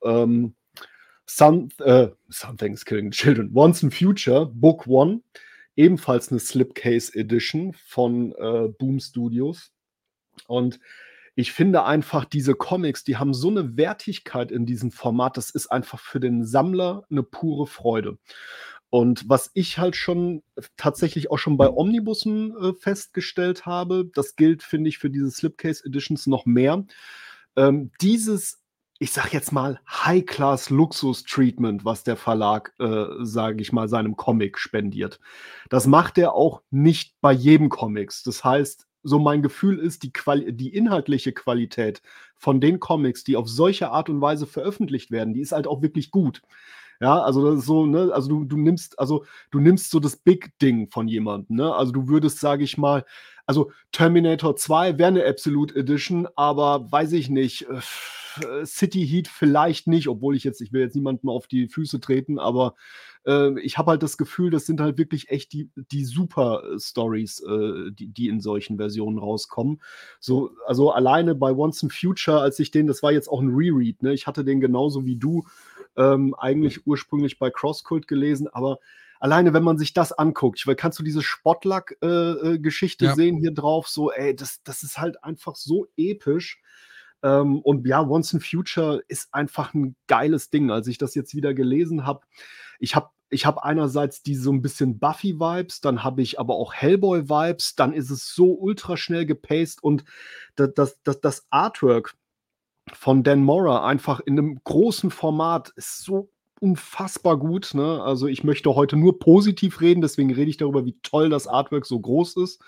Something's Killing Children. Once in Future, Book One, ebenfalls eine Slipcase Edition von Boom Studios. Und ich finde einfach, diese Comics, die haben so eine Wertigkeit in diesem Format, das ist einfach für den Sammler eine pure Freude. Und was ich halt schon tatsächlich auch schon bei Omnibussen festgestellt habe, das gilt, finde ich, für diese Slipcase Editions noch mehr. Dieses, ich sag jetzt mal, High-Class-Luxus-Treatment, was der Verlag, sage ich mal, seinem Comic spendiert. Das macht er auch nicht bei jedem Comics. Das heißt, so mein Gefühl ist, die inhaltliche Qualität von den Comics, die auf solche Art und Weise veröffentlicht werden, die ist halt auch wirklich gut. Ja, also das ist so, ne, also du nimmst so das Big-Ding von jemandem, ne? Also du würdest, sage ich mal, also Terminator 2 wäre eine Absolute Edition, aber weiß ich nicht, City Heat vielleicht nicht, obwohl ich will jetzt niemandem auf die Füße treten, aber ich habe halt das Gefühl, das sind halt wirklich echt die Super-Stories, die in solchen Versionen rauskommen. So, also alleine bei Once in Future, das war jetzt auch ein Reread, ne? Ich hatte den genauso wie du eigentlich ursprünglich bei CrossCult gelesen, aber alleine, wenn man sich das anguckt, kannst du diese Spottlack-Geschichte sehen hier drauf, so, ey, das ist halt einfach so episch. Und ja, Once in Future ist einfach ein geiles Ding. Als ich das jetzt wieder gelesen habe, ich habe einerseits diese so ein bisschen Buffy-Vibes, dann habe ich aber auch Hellboy-Vibes, dann ist es so ultra schnell gepaced und das Artwork von Dan Mora einfach in einem großen Format ist so unfassbar gut. Ne? Also ich möchte heute nur positiv reden, deswegen rede ich darüber, wie toll das Artwork so groß ist.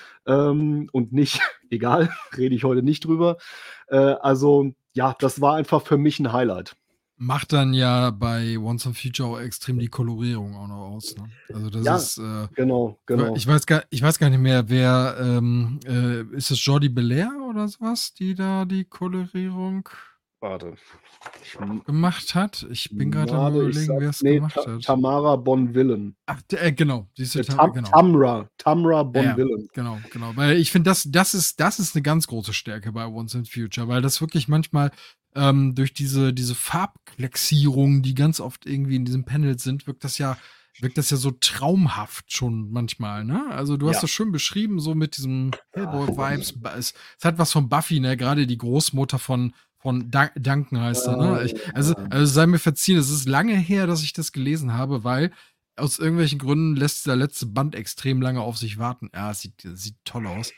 Und nicht, egal, rede ich heute nicht drüber. Also ja, das war einfach für mich ein Highlight. Macht dann ja bei Once in Future auch extrem die Kolorierung auch noch aus. Ne? Also das Ja, ist genau. Ich weiß gar nicht mehr, wer ist es Jordi Belair oder sowas, die da die Kolorierung Warte. gemacht hat? Ich bin gerade am Überlegen, wer es gemacht hat. Tamara Bonvillain. Ach, genau. Siehst du, genau. Tamra Bonvillain. Ja, genau. Weil ich finde, das ist eine ganz große Stärke bei Once in Future, weil das wirklich manchmal durch diese Farbplexierungen, die ganz oft irgendwie in diesem Panel sind, wirkt das ja so traumhaft schon manchmal, ne? Also du hast das schön beschrieben, so mit diesem Hellboy-Vibes. Es hat was von Buffy, ne? Gerade die Großmutter von Duncan heißt er, ne? Also sei mir verziehen, es ist lange her, dass ich das gelesen habe, weil aus irgendwelchen Gründen lässt der letzte Band extrem lange auf sich warten. Ja, es sieht toll aus.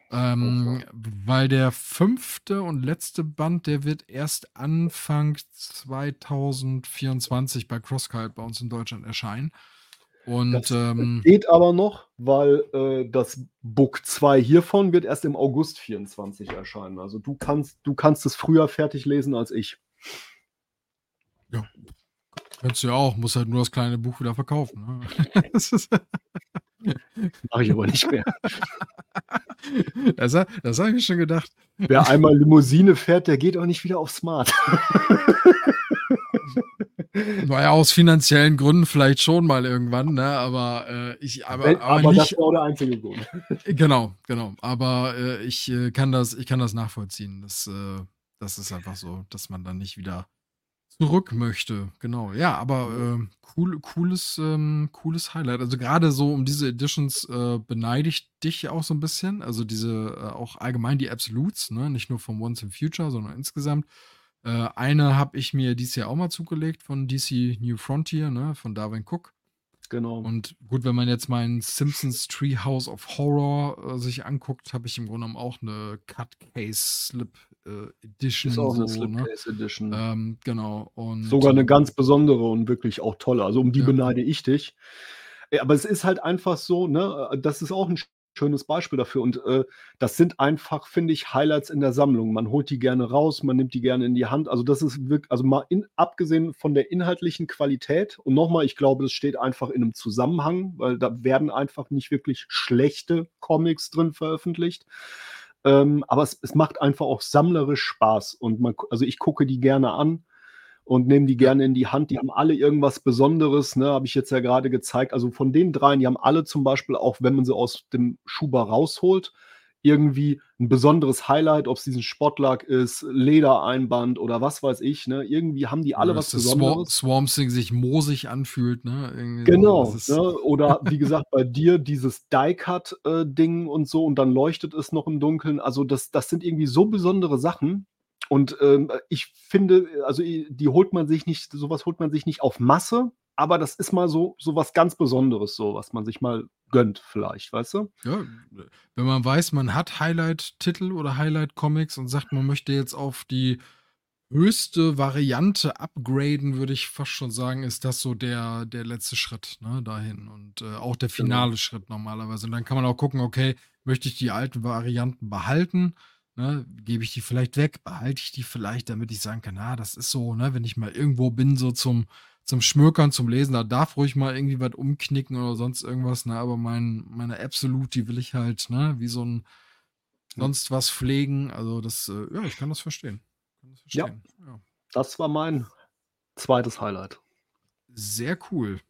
Weil der 5. und letzte Band, der wird erst Anfang 2024 bei CrossCult bei uns in Deutschland erscheinen. Und das geht aber noch, weil das Book 2 hiervon wird erst im August 24 erscheinen. Also du kannst es früher fertig lesen als ich. Ja, kannst du ja auch, musst halt nur das kleine Buch wieder verkaufen. Ne? Mache ich aber nicht mehr. Das habe ich mir schon gedacht. Wer einmal Limousine fährt, der geht auch nicht wieder auf Smart. Naja, aus finanziellen Gründen vielleicht schon mal irgendwann, ne? Aber nicht, das war auch der einzige Grund. Genau. Aber ich kann das nachvollziehen. Das ist einfach so, dass man dann nicht wieder zurück möchte. Genau. Ja, aber cooles Highlight. Also gerade so um diese Editions beneide ich dich auch so ein bisschen. Also diese auch allgemein die Absolutes, ne? Nicht nur vom Once in Future, sondern insgesamt. Eine habe ich mir dieses Jahr auch mal zugelegt von DC New Frontier, ne, von Darwin Cook. Genau. Und gut, wenn man jetzt meinen Simpsons Treehouse of Horror sich anguckt, habe ich im Grunde genommen auch eine Cut-Case Slip Edition. Ist auch eine Slipcase Edition. Genau. Und, sogar eine ganz besondere und wirklich auch tolle. Also um die beneide ich dich. Aber es ist halt einfach so, ne, das ist auch ein schönes Beispiel dafür. Und das sind einfach, finde ich, Highlights in der Sammlung. Man holt die gerne raus, man nimmt die gerne in die Hand. Also das ist wirklich, also mal abgesehen von der inhaltlichen Qualität, und nochmal, ich glaube, das steht einfach in einem Zusammenhang, weil da werden einfach nicht wirklich schlechte Comics drin veröffentlicht. Aber es macht einfach auch sammlerisch Spaß. Und also ich gucke die gerne an und nehme die gerne in die Hand. Die haben alle irgendwas Besonderes, ne, habe ich jetzt ja gerade gezeigt. Also von den dreien, die haben alle zum Beispiel, auch wenn man sie aus dem Schuber rausholt, irgendwie ein besonderes Highlight, ob es diesen Spottlack ist, Ledereinband oder was weiß ich. Ne? Irgendwie haben die alle Oder was dass das Besonderes. Swamp Thing sich moosig anfühlt, ne? Irgendwie so, Genau, das ne? ist Oder wie gesagt, bei dir dieses Die-Cut-Ding und so, und dann leuchtet es noch im Dunkeln. Also das sind irgendwie so besondere Sachen. Und ich finde, also die holt man sich nicht, sowas holt man sich nicht auf Masse, aber das ist mal so was ganz Besonderes, so was man sich mal gönnt, vielleicht, weißt du? ja, wenn man weiß, man hat Highlight-Titel oder Highlight-Comics und sagt, man möchte jetzt auf die höchste Variante upgraden, würde ich fast schon sagen, ist das so der letzte Schritt, ne, dahin und auch der Genau. finale Schritt normalerweise. Und dann kann man auch gucken, okay, möchte ich die alten Varianten behalten? Ne, gebe ich die vielleicht weg? Behalte ich die vielleicht, damit ich sagen kann, das ist so, ne, wenn ich mal irgendwo bin, so zum Schmökern, zum Lesen, da darf ruhig mal irgendwie was umknicken oder sonst irgendwas, ne, aber meine Absolute, die will ich halt, ne, wie so ein sonst was pflegen. Also das, ja, ich kann das verstehen. Kann das Ja, verstehen. Ja. das war mein zweites Highlight. Sehr cool.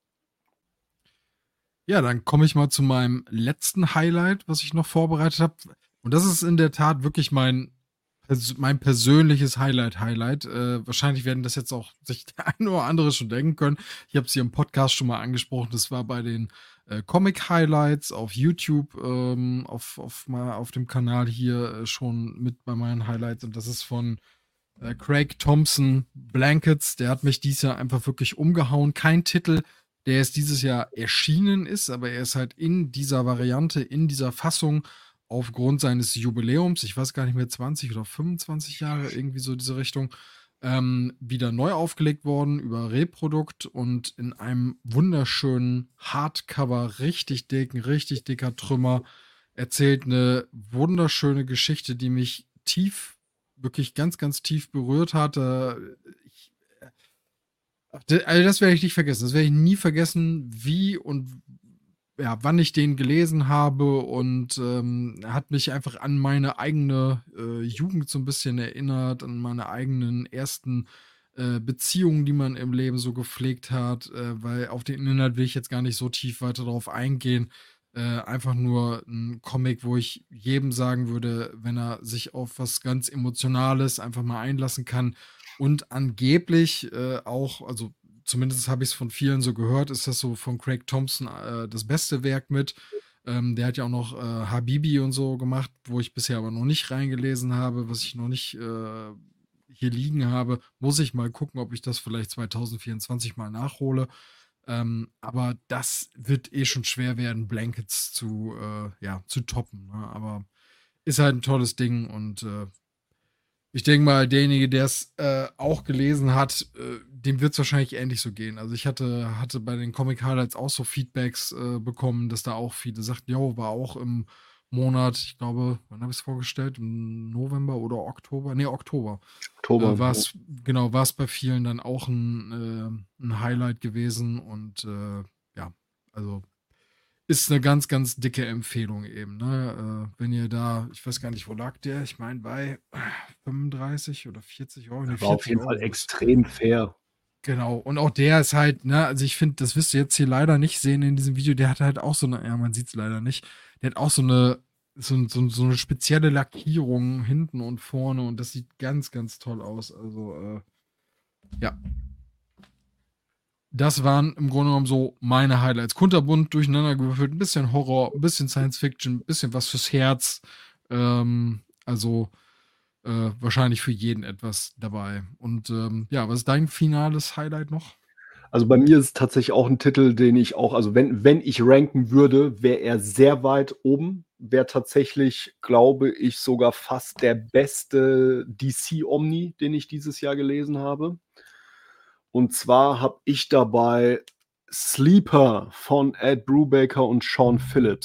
Ja, dann komme ich mal zu meinem letzten Highlight, was ich noch vorbereitet habe. Und das ist in der Tat wirklich mein persönliches Highlight. Wahrscheinlich werden das jetzt auch sich der eine oder andere schon denken können. Ich habe es hier im Podcast schon mal angesprochen. Das war bei den Comic-Highlights auf YouTube, auf dem Kanal hier schon mit bei meinen Highlights. Und das ist von Craig Thompson Blankets. Der hat mich dieses Jahr einfach wirklich umgehauen. Kein Titel, der jetzt dieses Jahr erschienen ist, aber er ist halt in dieser Variante, in dieser Fassung aufgrund seines Jubiläums, ich weiß gar nicht mehr, 20 oder 25 Jahre, irgendwie so diese Richtung, wieder neu aufgelegt worden über Reprodukt und in einem wunderschönen Hardcover, richtig dicker Trümmer, erzählt eine wunderschöne Geschichte, die mich wirklich ganz tief berührt hat. Also das werde ich nicht vergessen. Das werde ich nie vergessen, wie und ja, wann ich den gelesen habe und hat mich einfach an meine eigene Jugend so ein bisschen erinnert, an meine eigenen ersten Beziehungen, die man im Leben so gepflegt hat, weil auf den Inhalt will ich jetzt gar nicht so tief weiter darauf eingehen. Einfach nur ein Comic, wo ich jedem sagen würde, wenn er sich auf was ganz Emotionales einfach mal einlassen kann und angeblich auch, also zumindest habe ich es von vielen so gehört, ist das so von Craig Thompson das beste Werk mit. Der hat ja auch noch Habibi und so gemacht, wo ich bisher aber noch nicht reingelesen habe, was ich noch nicht hier liegen habe. Muss ich mal gucken, ob ich das vielleicht 2024 mal nachhole. Aber das wird eh schon schwer werden, Blankets zu toppen. Ne? Aber ist halt ein tolles Ding und ich denke mal, derjenige, der es auch gelesen hat, dem wird es wahrscheinlich ähnlich so gehen. Also ich hatte bei den Comic Highlights auch so Feedbacks bekommen, dass da auch viele sagten, jo, war auch im Monat, ich glaube, wann habe ich es vorgestellt? Im November oder Oktober? Nee, Oktober. Oktober. War es bei vielen dann auch ein Highlight gewesen und ja, also ist eine ganz dicke Empfehlung eben, ne? Wenn ihr da, ich weiß gar nicht, wo lag der? Ich meine bei 35 oder 40 Euro, ne, War auf 40 jeden Fall Euro was. extrem fair. Genau. Und auch der ist halt, ne, also ich finde, das wirst du jetzt hier leider nicht sehen in diesem Video, der hat halt auch so eine, ja, man sieht es leider nicht, der hat auch so eine spezielle Lackierung hinten und vorne und das sieht ganz toll aus. Also, ja, das waren im Grunde genommen so meine Highlights. Kunterbunt durcheinandergewürfelt, ein bisschen Horror, ein bisschen Science Fiction, ein bisschen was fürs Herz. Also wahrscheinlich für jeden etwas dabei. Und ja, was ist dein finales Highlight noch? Also bei mir ist es tatsächlich auch ein Titel, den ich auch, also wenn ich ranken würde, wäre er sehr weit oben. Wäre tatsächlich, glaube ich, sogar fast der beste DC-Omni, den ich dieses Jahr gelesen habe. Und zwar habe ich dabei Sleeper von Ed Brubaker und Sean Phillips.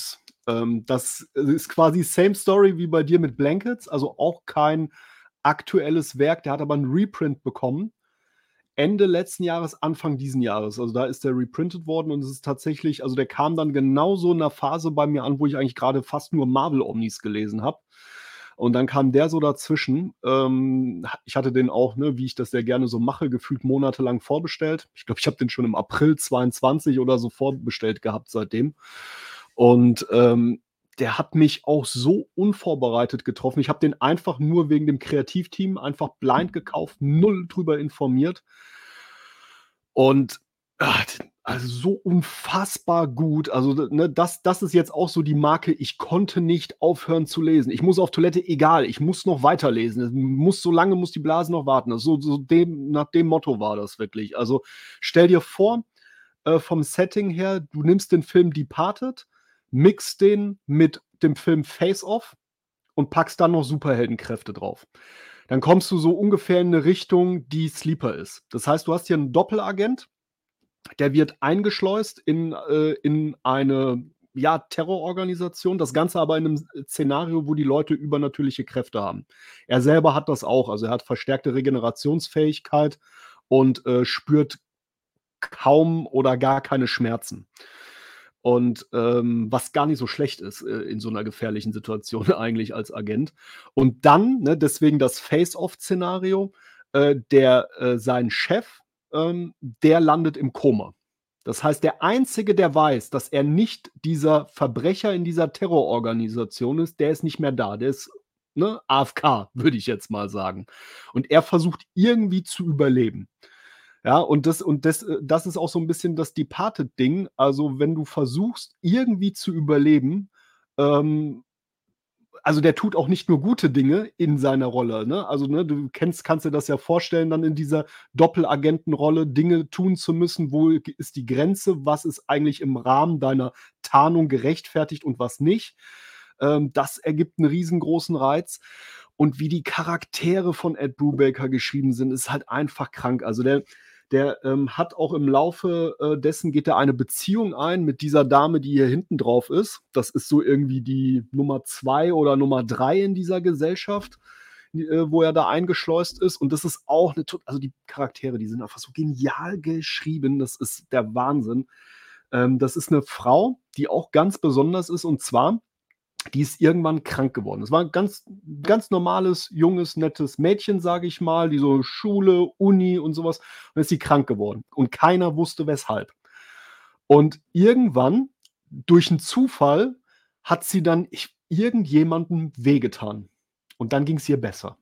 Das ist quasi same story wie bei dir mit Blankets, also auch kein aktuelles Werk. Der hat aber einen Reprint bekommen. Ende letzten Jahres, Anfang diesen Jahres. Also da ist der reprintet worden und es ist tatsächlich, also der kam dann genauso in einer Phase bei mir an, wo ich eigentlich gerade fast nur Marvel-Omnis gelesen habe. Und dann kam der so dazwischen. Ich hatte den auch, ne, wie ich das sehr gerne so mache, gefühlt monatelang vorbestellt. Ich glaube, ich habe den schon im April 22 oder so vorbestellt gehabt seitdem. Und der hat mich auch so unvorbereitet getroffen. Ich habe den einfach nur wegen dem Kreativteam einfach blind gekauft, null drüber informiert. Und also so unfassbar gut. Also, ne, das ist jetzt auch so die Marke, ich konnte nicht aufhören zu lesen. Ich muss auf Toilette, egal, ich muss noch weiterlesen. So lange muss die Blase noch warten. Nach dem Motto war das wirklich. Also stell dir vor, vom Setting her, du nimmst den Film Departed, mixt den mit dem Film Face Off und packst dann noch Superheldenkräfte drauf. Dann kommst du so ungefähr in eine Richtung, die Sleeper ist. Das heißt, du hast hier einen Doppelagent, der wird eingeschleust in eine Terrororganisation, das Ganze aber in einem Szenario, wo die Leute übernatürliche Kräfte haben. Er selber hat das auch, also er hat verstärkte Regenerationsfähigkeit und spürt kaum oder gar keine Schmerzen. Und was gar nicht so schlecht ist in so einer gefährlichen Situation eigentlich als Agent. Und dann, ne, deswegen das Face-Off-Szenario, sein Chef, der landet im Koma. Das heißt, der Einzige, der weiß, dass er nicht dieser Verbrecher in dieser Terrororganisation ist, der ist nicht mehr da. Der ist, ne, AFK, würde ich jetzt mal sagen. Und er versucht irgendwie zu überleben. Ja, das ist auch so ein bisschen das Departed-Ding. Also, wenn du versuchst, irgendwie zu überleben, also der tut auch nicht nur gute Dinge in seiner Rolle, ne? Also, ne, kannst dir das ja vorstellen, dann in dieser Doppelagentenrolle Dinge tun zu müssen. Wo ist die Grenze? Was ist eigentlich im Rahmen deiner Tarnung gerechtfertigt und was nicht? Das ergibt einen riesengroßen Reiz. Und wie die Charaktere von Ed Brubaker geschrieben sind, ist halt einfach krank. Also der hat auch im Laufe dessen geht er eine Beziehung ein mit dieser Dame, die hier hinten drauf ist. Das ist so irgendwie die Nummer 2 oder Nummer 3 in dieser Gesellschaft, wo er da eingeschleust ist. Und das ist auch also die Charaktere, die sind einfach so genial geschrieben. Das ist der Wahnsinn. Das ist eine Frau, die auch ganz besonders ist, und zwar die ist irgendwann krank geworden. Es war ein ganz normales, junges, nettes Mädchen, sage ich mal, die so Schule, Uni und sowas. Und dann ist sie krank geworden. Und keiner wusste weshalb. Und irgendwann, durch einen Zufall, hat sie dann irgendjemandem wehgetan. Und dann ging es ihr besser.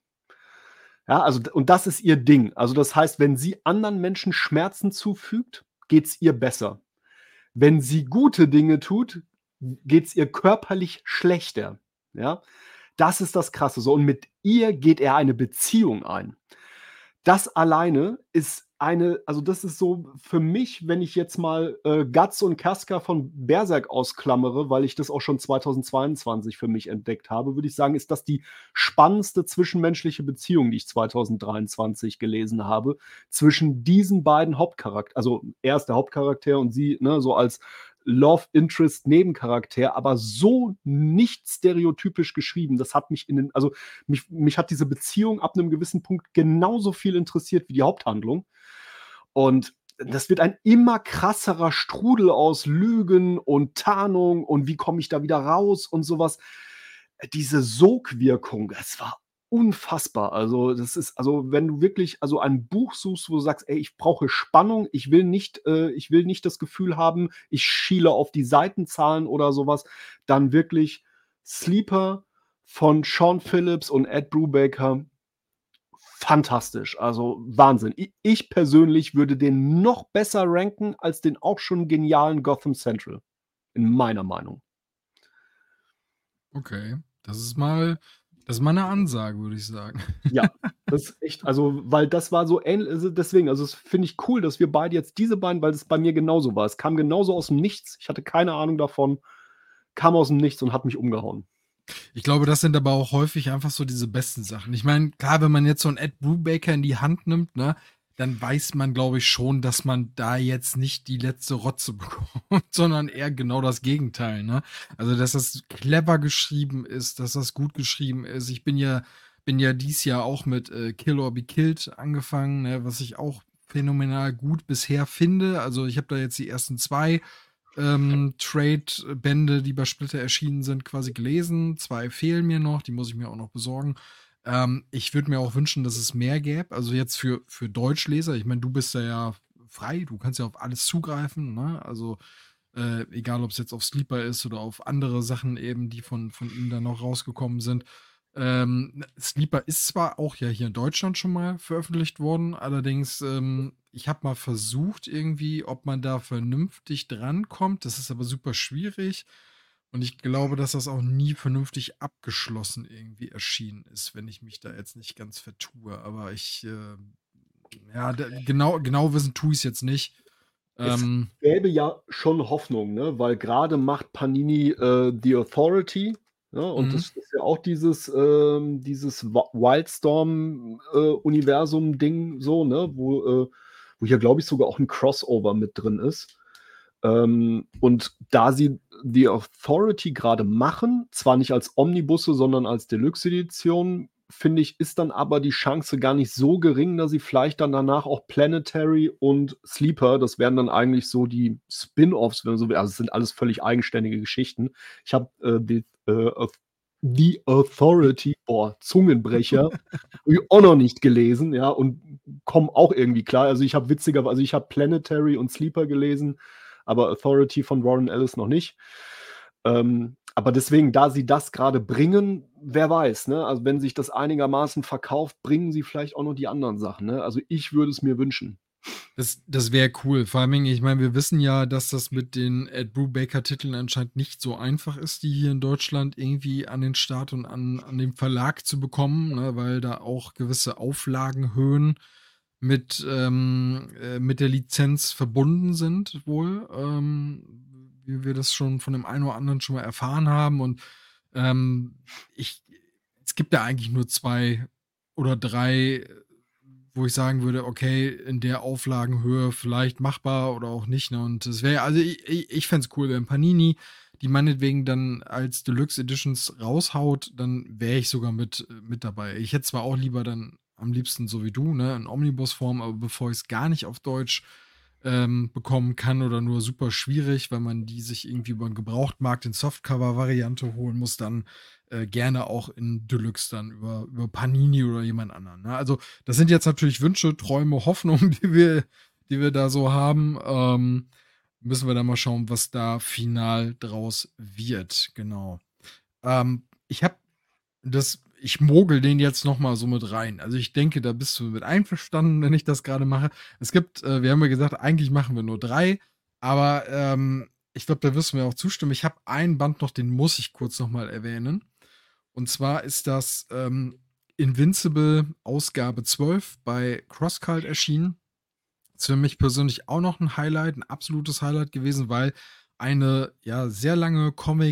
Ja, also, und das ist ihr Ding. Also, das heißt, wenn sie anderen Menschen Schmerzen zufügt, geht es ihr besser. Wenn sie gute Dinge tut, geht es ihr körperlich schlechter. Ja, das ist das Krasse. So, und mit ihr geht er eine Beziehung ein. Das alleine ist also das ist so für mich, wenn ich jetzt mal Guts und Casca von Berserk ausklammere, weil ich das auch schon 2022 für mich entdeckt habe, würde ich sagen, ist das die spannendste zwischenmenschliche Beziehung, die ich 2023 gelesen habe, zwischen diesen beiden Hauptcharakteren. Also er ist der Hauptcharakter und sie, ne, so als Love Interest Nebencharakter, aber so nicht stereotypisch geschrieben. Das hat mich also mich hat diese Beziehung ab einem gewissen Punkt genauso viel interessiert wie die Haupthandlung. Und das wird ein immer krasserer Strudel aus Lügen und Tarnung und wie komme ich da wieder raus und sowas. Diese Sogwirkung, es war unfassbar. Also, das ist, also, wenn du wirklich, also ein Buch suchst, wo du sagst, ey, ich brauche Spannung, ich will nicht das Gefühl haben, ich schiele auf die Seitenzahlen oder sowas, dann wirklich Sleeper von Sean Phillips und Ed Brubaker. Fantastisch, also Wahnsinn. Ich persönlich würde den noch besser ranken als den auch schon genialen Gotham Central, in meiner Meinung. Okay, das ist mal eine Ansage, würde ich sagen. Ja, das ist echt, also, weil das war so ähnlich, also deswegen, also, das finde ich cool, dass wir beide jetzt diese beiden, weil das bei mir genauso war. Es kam genauso aus dem Nichts. Ich hatte keine Ahnung davon, kam aus dem Nichts und hat mich umgehauen. Ich glaube, das sind aber auch häufig einfach so diese besten Sachen. Ich meine, klar, wenn man jetzt so einen Ed Brubaker in die Hand nimmt, ne, dann weiß man, glaube ich, schon, dass man da jetzt nicht die letzte Rotze bekommt, sondern eher genau das Gegenteil, ne? Also, dass das clever geschrieben ist, dass das gut geschrieben ist. Ich bin ja dies Jahr auch mit Kill or Be Killed angefangen, ne, was ich auch phänomenal gut bisher finde. Also, ich habe da jetzt die ersten 2 Trade-Bände, die bei Splitter erschienen sind, quasi gelesen. 2 fehlen mir noch, die muss ich mir auch noch besorgen. Ich würde mir auch wünschen, dass es mehr gäbe. Also jetzt für Deutschleser. Ich meine, du bist ja frei, du kannst ja auf alles zugreifen, ne? Also egal, ob es jetzt auf Sleeper ist oder auf andere Sachen eben, die von ihm dann noch rausgekommen sind. Sleeper ist zwar auch ja hier in Deutschland schon mal veröffentlicht worden, allerdings, ich habe mal versucht irgendwie, ob man da vernünftig drankommt. Das ist aber super schwierig. Und ich glaube, dass das auch nie vernünftig abgeschlossen irgendwie erschienen ist, wenn ich mich da jetzt nicht ganz vertue. Aber ja, genau wissen tue ich es jetzt nicht. Es gäbe ja schon Hoffnung, ne? Weil gerade macht Panini The Authority, ne? Und das ist ja auch dieses Wildstorm-Universum-Ding so, ne? Wo hier, glaube ich, sogar auch ein Crossover mit drin ist. Und da sie The Authority gerade machen, zwar nicht als Omnibusse, sondern als Deluxe-Edition, finde ich, ist dann aber die Chance gar nicht so gering, dass sie vielleicht dann danach auch Planetary und Sleeper, das wären dann eigentlich so die Spin-Offs, wenn man so will. Also es sind alles völlig eigenständige Geschichten. Ich habe The Authority, Zungenbrecher, hab ich auch noch nicht gelesen, ja, und komme auch irgendwie klar. Also ich habe ich habe Planetary und Sleeper gelesen, aber Authority von Warren Ellis noch nicht. Aber deswegen, da sie das gerade bringen, wer weiß, ne? Also wenn sich das einigermaßen verkauft, bringen sie vielleicht auch noch die anderen Sachen, ne? Also ich würde es mir wünschen. Das wäre cool. Vor allem, ich meine, wir wissen ja, dass das mit den Ed Brubaker-Titeln anscheinend nicht so einfach ist, die hier in Deutschland irgendwie an den Start und an den Verlag zu bekommen, ne? Weil da auch gewisse Auflagenhöhen mit der Lizenz verbunden sind, wohl. Wie wir das schon von dem einen oder anderen schon mal erfahren haben. Und es gibt da eigentlich nur 2 oder 3, wo ich sagen würde, okay, in der Auflagenhöhe vielleicht machbar oder auch nicht. Ne? Und es wäre, also ich fände es cool, wenn Panini die meinetwegen dann als Deluxe Editions raushaut, dann wäre ich sogar mit dabei. Ich hätte zwar auch lieber dann am liebsten so wie du, ne, in Omnibus-Form, aber bevor ich es gar nicht auf Deutsch bekommen kann oder nur super schwierig, weil man die sich irgendwie über den Gebrauchtmarkt in Softcover-Variante holen muss, dann gerne auch in Deluxe dann über Panini oder jemand anderen. Ne? Also das sind jetzt natürlich Wünsche, Träume, Hoffnungen, die wir da so haben. Müssen wir dann mal schauen, was da final draus wird. Genau. Ich habe ich mogel den jetzt noch mal so mit rein. Also ich denke, da bist du mit einverstanden, wenn ich das gerade mache. Es gibt, wir haben ja gesagt, eigentlich machen wir nur 3, aber ich glaube, da wirst du mir auch zustimmen. Ich habe einen Band noch, den muss ich kurz noch mal erwähnen. Und zwar ist das Invincible Ausgabe 12 bei CrossCult erschienen. Ist für mich persönlich auch noch ein Highlight, ein absolutes Highlight gewesen, weil eine ja sehr lange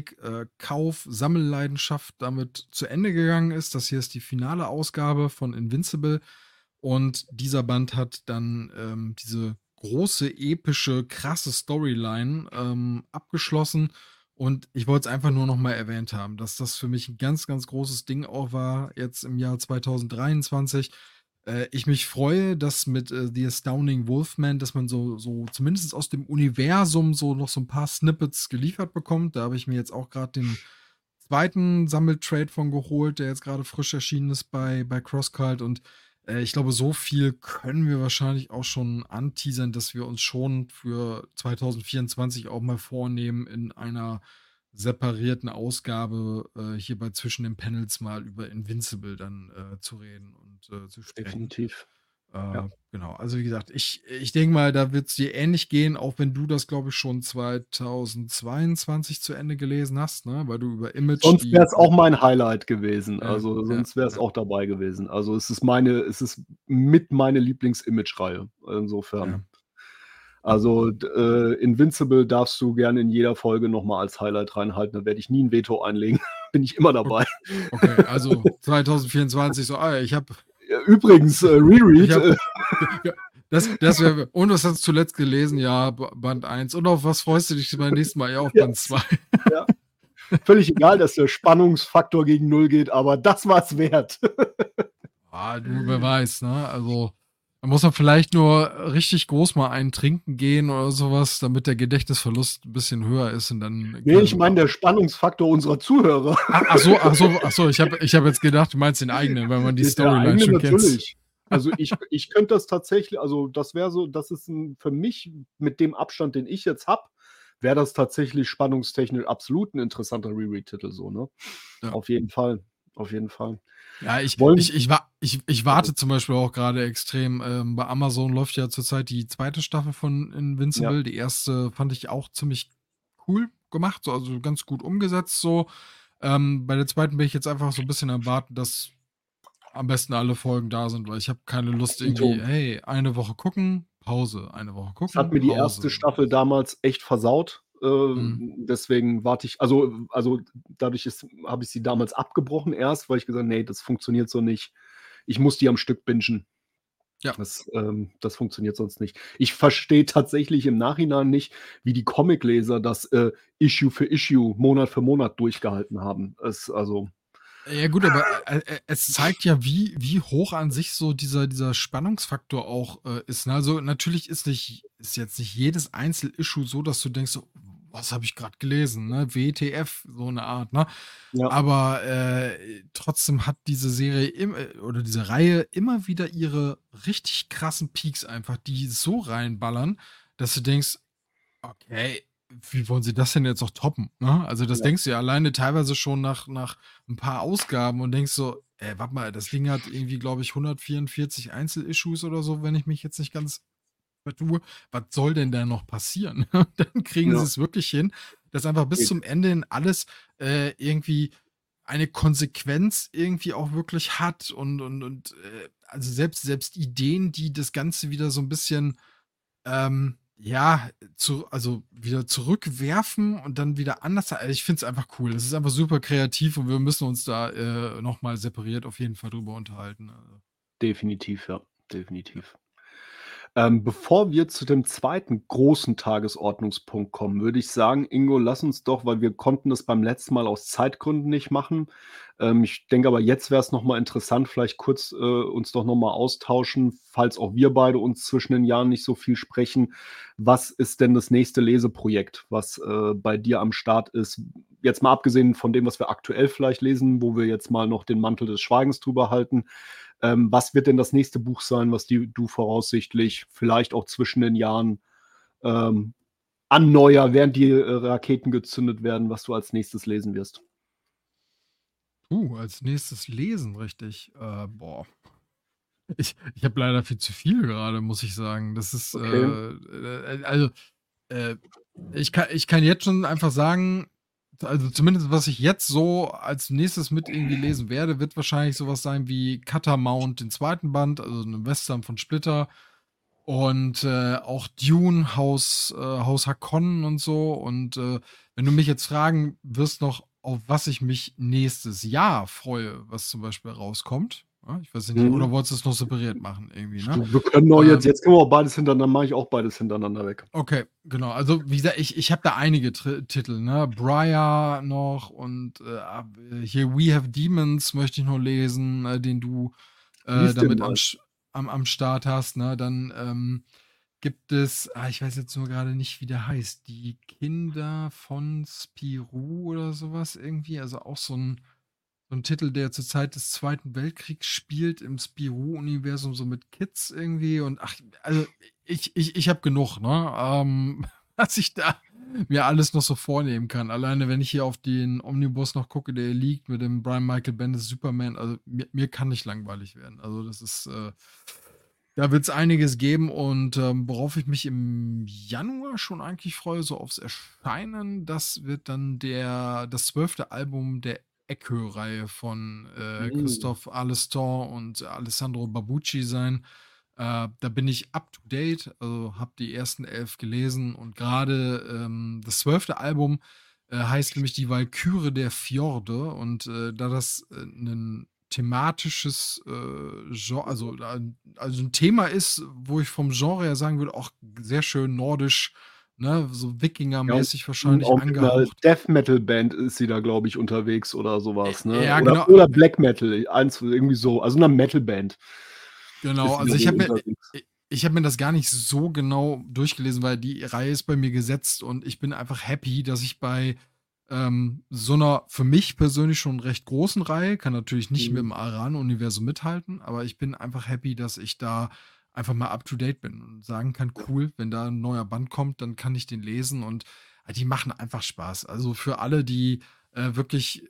Comic-Kauf-Sammelleidenschaft damit zu Ende gegangen ist. Das hier ist die finale Ausgabe von Invincible und dieser Band hat dann diese große, epische, krasse Storyline abgeschlossen und ich wollte es einfach nur noch mal erwähnt haben, dass das für mich ein ganz, ganz großes Ding auch war, jetzt im Jahr 2023. Ich mich freue, dass mit The Astounding Wolfman, dass man so zumindest aus dem Universum so noch so ein paar Snippets geliefert bekommt. Da habe ich mir jetzt auch gerade den 2. Sammeltrade von geholt, der jetzt gerade frisch erschienen ist bei CrossCult. Und ich glaube, so viel können wir wahrscheinlich auch schon anteasern, dass wir uns schon für 2024 auch mal vornehmen, in einer separierten Ausgabe hier bei Zwischen den Panels mal über Invincible dann zu reden und zu sprechen. Definitiv. Ja. Genau, also wie gesagt, ich denke mal, da wird es dir ähnlich gehen, auch wenn du das, glaube ich, schon 2022 zu Ende gelesen hast, ne? Weil du über Image. Sonst wäre es auch mein Highlight gewesen. Also sonst wäre es auch dabei gewesen. Also es ist mit meine Lieblings-Image-Reihe. Insofern. Ja. Also Invincible darfst du gerne in jeder Folge nochmal als Highlight reinhalten. Da werde ich nie ein Veto einlegen. Bin ich immer dabei. Okay, also 2024 so, ich habe übrigens, Reread. Das wäre. Und was hast du zuletzt gelesen? Ja, Band 1. Und auf was freust du dich beim nächsten Mal? Ja, auf Ja, Band 2. ja. Völlig egal, dass der Spannungsfaktor gegen Null geht, aber das war's wert. Ah, du, wer weiß, ne? Also, da muss man vielleicht nur richtig groß mal einen trinken gehen oder sowas, damit der Gedächtnisverlust ein bisschen höher ist und dann Nee, ich meine der Spannungsfaktor unserer Zuhörer. Ach so, ich hab jetzt gedacht, du meinst den eigenen, wenn man die Der Storyline eigene schon kennt. natürlich. Also ich könnte das tatsächlich, also das wäre so, das ist für mich mit dem Abstand, den ich jetzt habe, wäre das tatsächlich spannungstechnisch absolut ein interessanter Reread-Titel so, ne? Ja. Auf jeden Fall. Auf jeden Fall. Ja, Wollen, ich warte zum Beispiel auch gerade extrem. Bei Amazon läuft ja zurzeit die zweite Staffel von ja, Invincible. Die erste fand ich auch ziemlich cool gemacht, so, also ganz gut umgesetzt so. Bei der zweiten bin ich jetzt einfach so ein bisschen am Warten, dass am besten alle Folgen da sind, weil ich habe keine Lust Dito. irgendwie, hey, eine Woche gucken, Pause, eine Woche Das hat gucken, mir die erste Pause. Staffel damals echt versaut. Mhm. Deswegen warte ich, also dadurch habe ich sie damals abgebrochen erst, weil ich gesagt, nee, das funktioniert so nicht. Ich muss die am Stück bingen. Ja. Das funktioniert sonst nicht. Ich verstehe tatsächlich im Nachhinein nicht, wie die Comicleser das Issue für Issue, Monat für Monat durchgehalten haben. Ja gut, aber es zeigt ja, wie hoch an sich so dieser Spannungsfaktor auch ist. Ne? Also natürlich ist jetzt nicht jedes Einzelissue so, dass du denkst, so, was habe ich gerade gelesen, ne? WTF, so eine Art, ne? ja, Aber trotzdem hat diese Serie oder diese Reihe immer wieder ihre richtig krassen Peaks einfach, die so reinballern, dass du denkst, okay, wie wollen sie das denn jetzt noch toppen? Ne? Also, das ja, denkst du ja alleine teilweise schon nach ein paar Ausgaben und denkst so, warte mal, das Ding hat irgendwie, glaube ich, 144 Einzelissues oder so, wenn ich mich jetzt nicht ganz vertue. Was soll denn da noch passieren? Dann kriegen sie ja, es wirklich hin, dass einfach bis geht. zum Ende hin alles irgendwie eine Konsequenz irgendwie auch wirklich hat und also selbst Ideen, die das Ganze wieder so ein bisschen ja, also wieder zurückwerfen und dann wieder anders. Also ich finde es einfach cool. Das ist einfach super kreativ und wir müssen uns da nochmal separiert auf jeden Fall drüber unterhalten. Also. Definitiv, ja, definitiv. Bevor wir zu dem zweiten großen Tagesordnungspunkt kommen, würde ich sagen, Ingo, lass uns doch, weil wir konnten das beim letzten Mal aus Zeitgründen nicht machen. Ich denke aber, jetzt wäre es noch mal interessant, vielleicht kurz uns doch noch mal austauschen, falls auch wir beide uns zwischen den Jahren nicht so viel sprechen. Was ist denn das nächste Leseprojekt, was bei dir am Start ist? Jetzt mal abgesehen von dem, was wir aktuell vielleicht lesen, wo wir jetzt mal noch den Mantel des Schweigens drüber halten. Was wird denn das nächste Buch sein, was du voraussichtlich vielleicht auch zwischen den Jahren anneuer, während die Raketen gezündet werden, was du als nächstes lesen wirst? Als nächstes lesen, richtig. Boah. Ich habe leider viel zu viel gerade, muss ich sagen. Das ist, Okay. also, äh, ich kann jetzt schon einfach sagen, also zumindest was ich jetzt so als nächstes mit irgendwie lesen werde, wird wahrscheinlich sowas sein wie Catamount, den zweiten Band, also ein Western von Splitter. Und auch Dune, Haus Harkonnen und so. Und wenn du mich jetzt fragen wirst noch, auf was ich mich nächstes Jahr freue, was zum Beispiel rauskommt. Ja, ich weiß nicht, oder Mhm. wolltest du es noch separiert machen irgendwie, ne? Wir können auch Ähm, jetzt können wir auch beides hintereinander, mache ich auch beides hintereinander weg. okay, genau. Also wie gesagt, ich habe da einige Titel, ne? Briar noch und hier We Have Demons möchte ich noch lesen, den du Lies den damit mal. am Start hast, ne? Dann gibt es, ich weiß jetzt nur gerade nicht, wie der heißt, die Kinder von Spirou oder sowas irgendwie, also auch so ein Titel, der zur Zeit des Zweiten Weltkriegs spielt im Spirou-Universum, so mit Kids irgendwie und also ich habe genug, ne? Was ich da mir alles noch so vornehmen kann. Alleine, wenn ich hier auf den Omnibus noch gucke, der hier liegt mit dem Brian Michael Bendis Superman, also mir kann nicht langweilig werden. Also das ist, da wird es einiges geben und worauf ich mich im Januar schon eigentlich freue, so aufs Erscheinen, das wird dann das 12. Album der Echo-Reihe von Mhm. Christoph Alestor und Alessandro Barbucci sein. Da bin ich up to date, also habe die ersten 11 gelesen und gerade das 12. Album heißt nämlich Die Walküre der Fjorde und da das ein thematisches Genre, also ein Thema ist, wo ich vom Genre her sagen würde, auch sehr schön nordisch, ne, so Ja, und Wikinger-mäßig wahrscheinlich auch mit 'ner angehaucht. Death Metal Band ist sie da, glaube ich, unterwegs oder so was, ne? Ja, Oder genau. Black Metal, eins irgendwie so. Also 'ne Metal-Band Genau, ist sie da also wohl unterwegs. ich habe mir das gar nicht so genau durchgelesen, weil die Reihe ist bei mir gesetzt und ich bin einfach happy, dass ich bei so einer für mich persönlich schon recht großen Reihe, kann natürlich nicht mit Mhm. dem Aran-Universum mithalten, aber ich bin einfach happy, dass ich da einfach mal up to date bin und sagen kann, Ja. cool, wenn da ein neuer Band kommt, dann kann ich den lesen und die machen einfach Spaß. Also für alle, die wirklich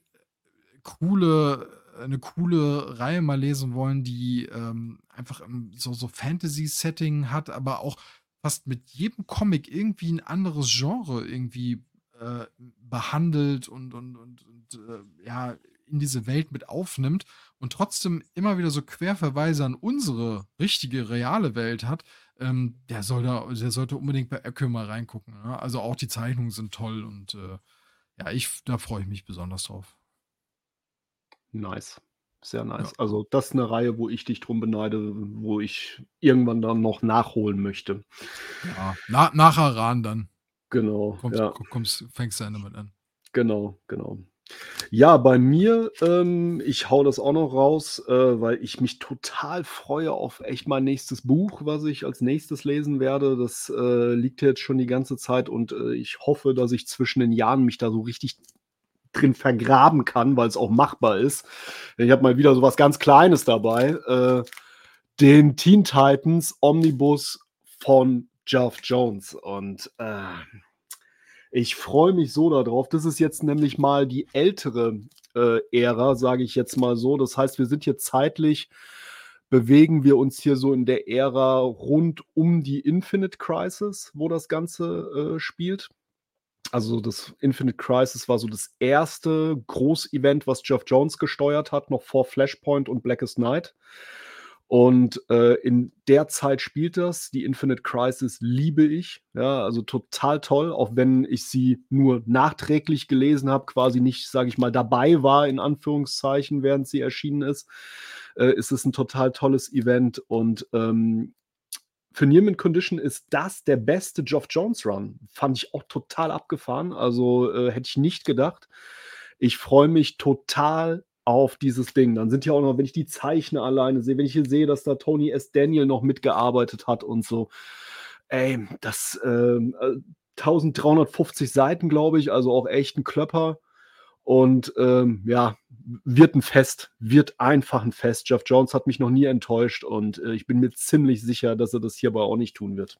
eine coole Reihe mal lesen wollen, die einfach so Fantasy-Setting hat, aber auch fast mit jedem Comic irgendwie ein anderes Genre irgendwie behandelt und ja, in diese Welt mit aufnimmt und trotzdem immer wieder so Querverweise an unsere richtige, reale Welt hat, der sollte unbedingt bei Ecke mal reingucken. Ne? Also auch die Zeichnungen sind toll und ja, da freue ich mich besonders drauf. Nice. Sehr Ja. nice. Also, das ist 'ne Reihe, wo ich dich drum beneide, wo ich irgendwann dann noch nachholen möchte. Ja, nach Aran dann. Genau, ja, Fängst du dann damit an. genau, genau. Ja, bei mir, ich hau das auch noch raus, weil ich mich total freue auf echt mein nächstes Buch, was ich als Nächstes lesen werde. Das, liegt jetzt schon die ganze Zeit und, ich hoffe, dass ich zwischen den Jahren mich da so richtig drin vergraben kann, weil es auch machbar ist. Ich habe mal wieder so was ganz Kleines dabei, den Teen Titans Omnibus von Geoff Johns und, ich freue mich so darauf. Das ist jetzt nämlich mal die ältere, Ära, sage ich jetzt mal so. Das heißt, wir sind hier zeitlich bewegen wir uns hier so in der Ära rund um die Infinite Crisis, wo das Ganze, spielt. Also, das Infinite Crisis war so das erste Großevent, was Geoff Johns gesteuert hat, noch vor Flashpoint und Blackest Night. Und, in der Zeit spielt das. Die Infinite Crisis liebe ich, ja, also total toll, auch wenn ich sie nur nachträglich gelesen habe, quasi nicht, sage ich mal, dabei war in Anführungszeichen, während sie erschienen ist es ein total tolles Event und, für Near Condition ist das der beste Geoff Johns Run. Fand ich auch total abgefahren. Also, hätte ich nicht gedacht. Ich freue mich total auf dieses Ding. Dann sind ja auch noch, wenn ich die Zeichner alleine sehe, wenn ich hier sehe, dass da Tony S. Daniel noch mitgearbeitet hat und so. Ey, das, 1.350 Seiten, glaube ich, also auch echt ein Klöpper. Und, ja, wird ein Fest, wird einfach ein Fest. Geoff Johns hat mich noch nie enttäuscht und, ich bin mir ziemlich sicher, dass er das hierbei auch nicht tun wird.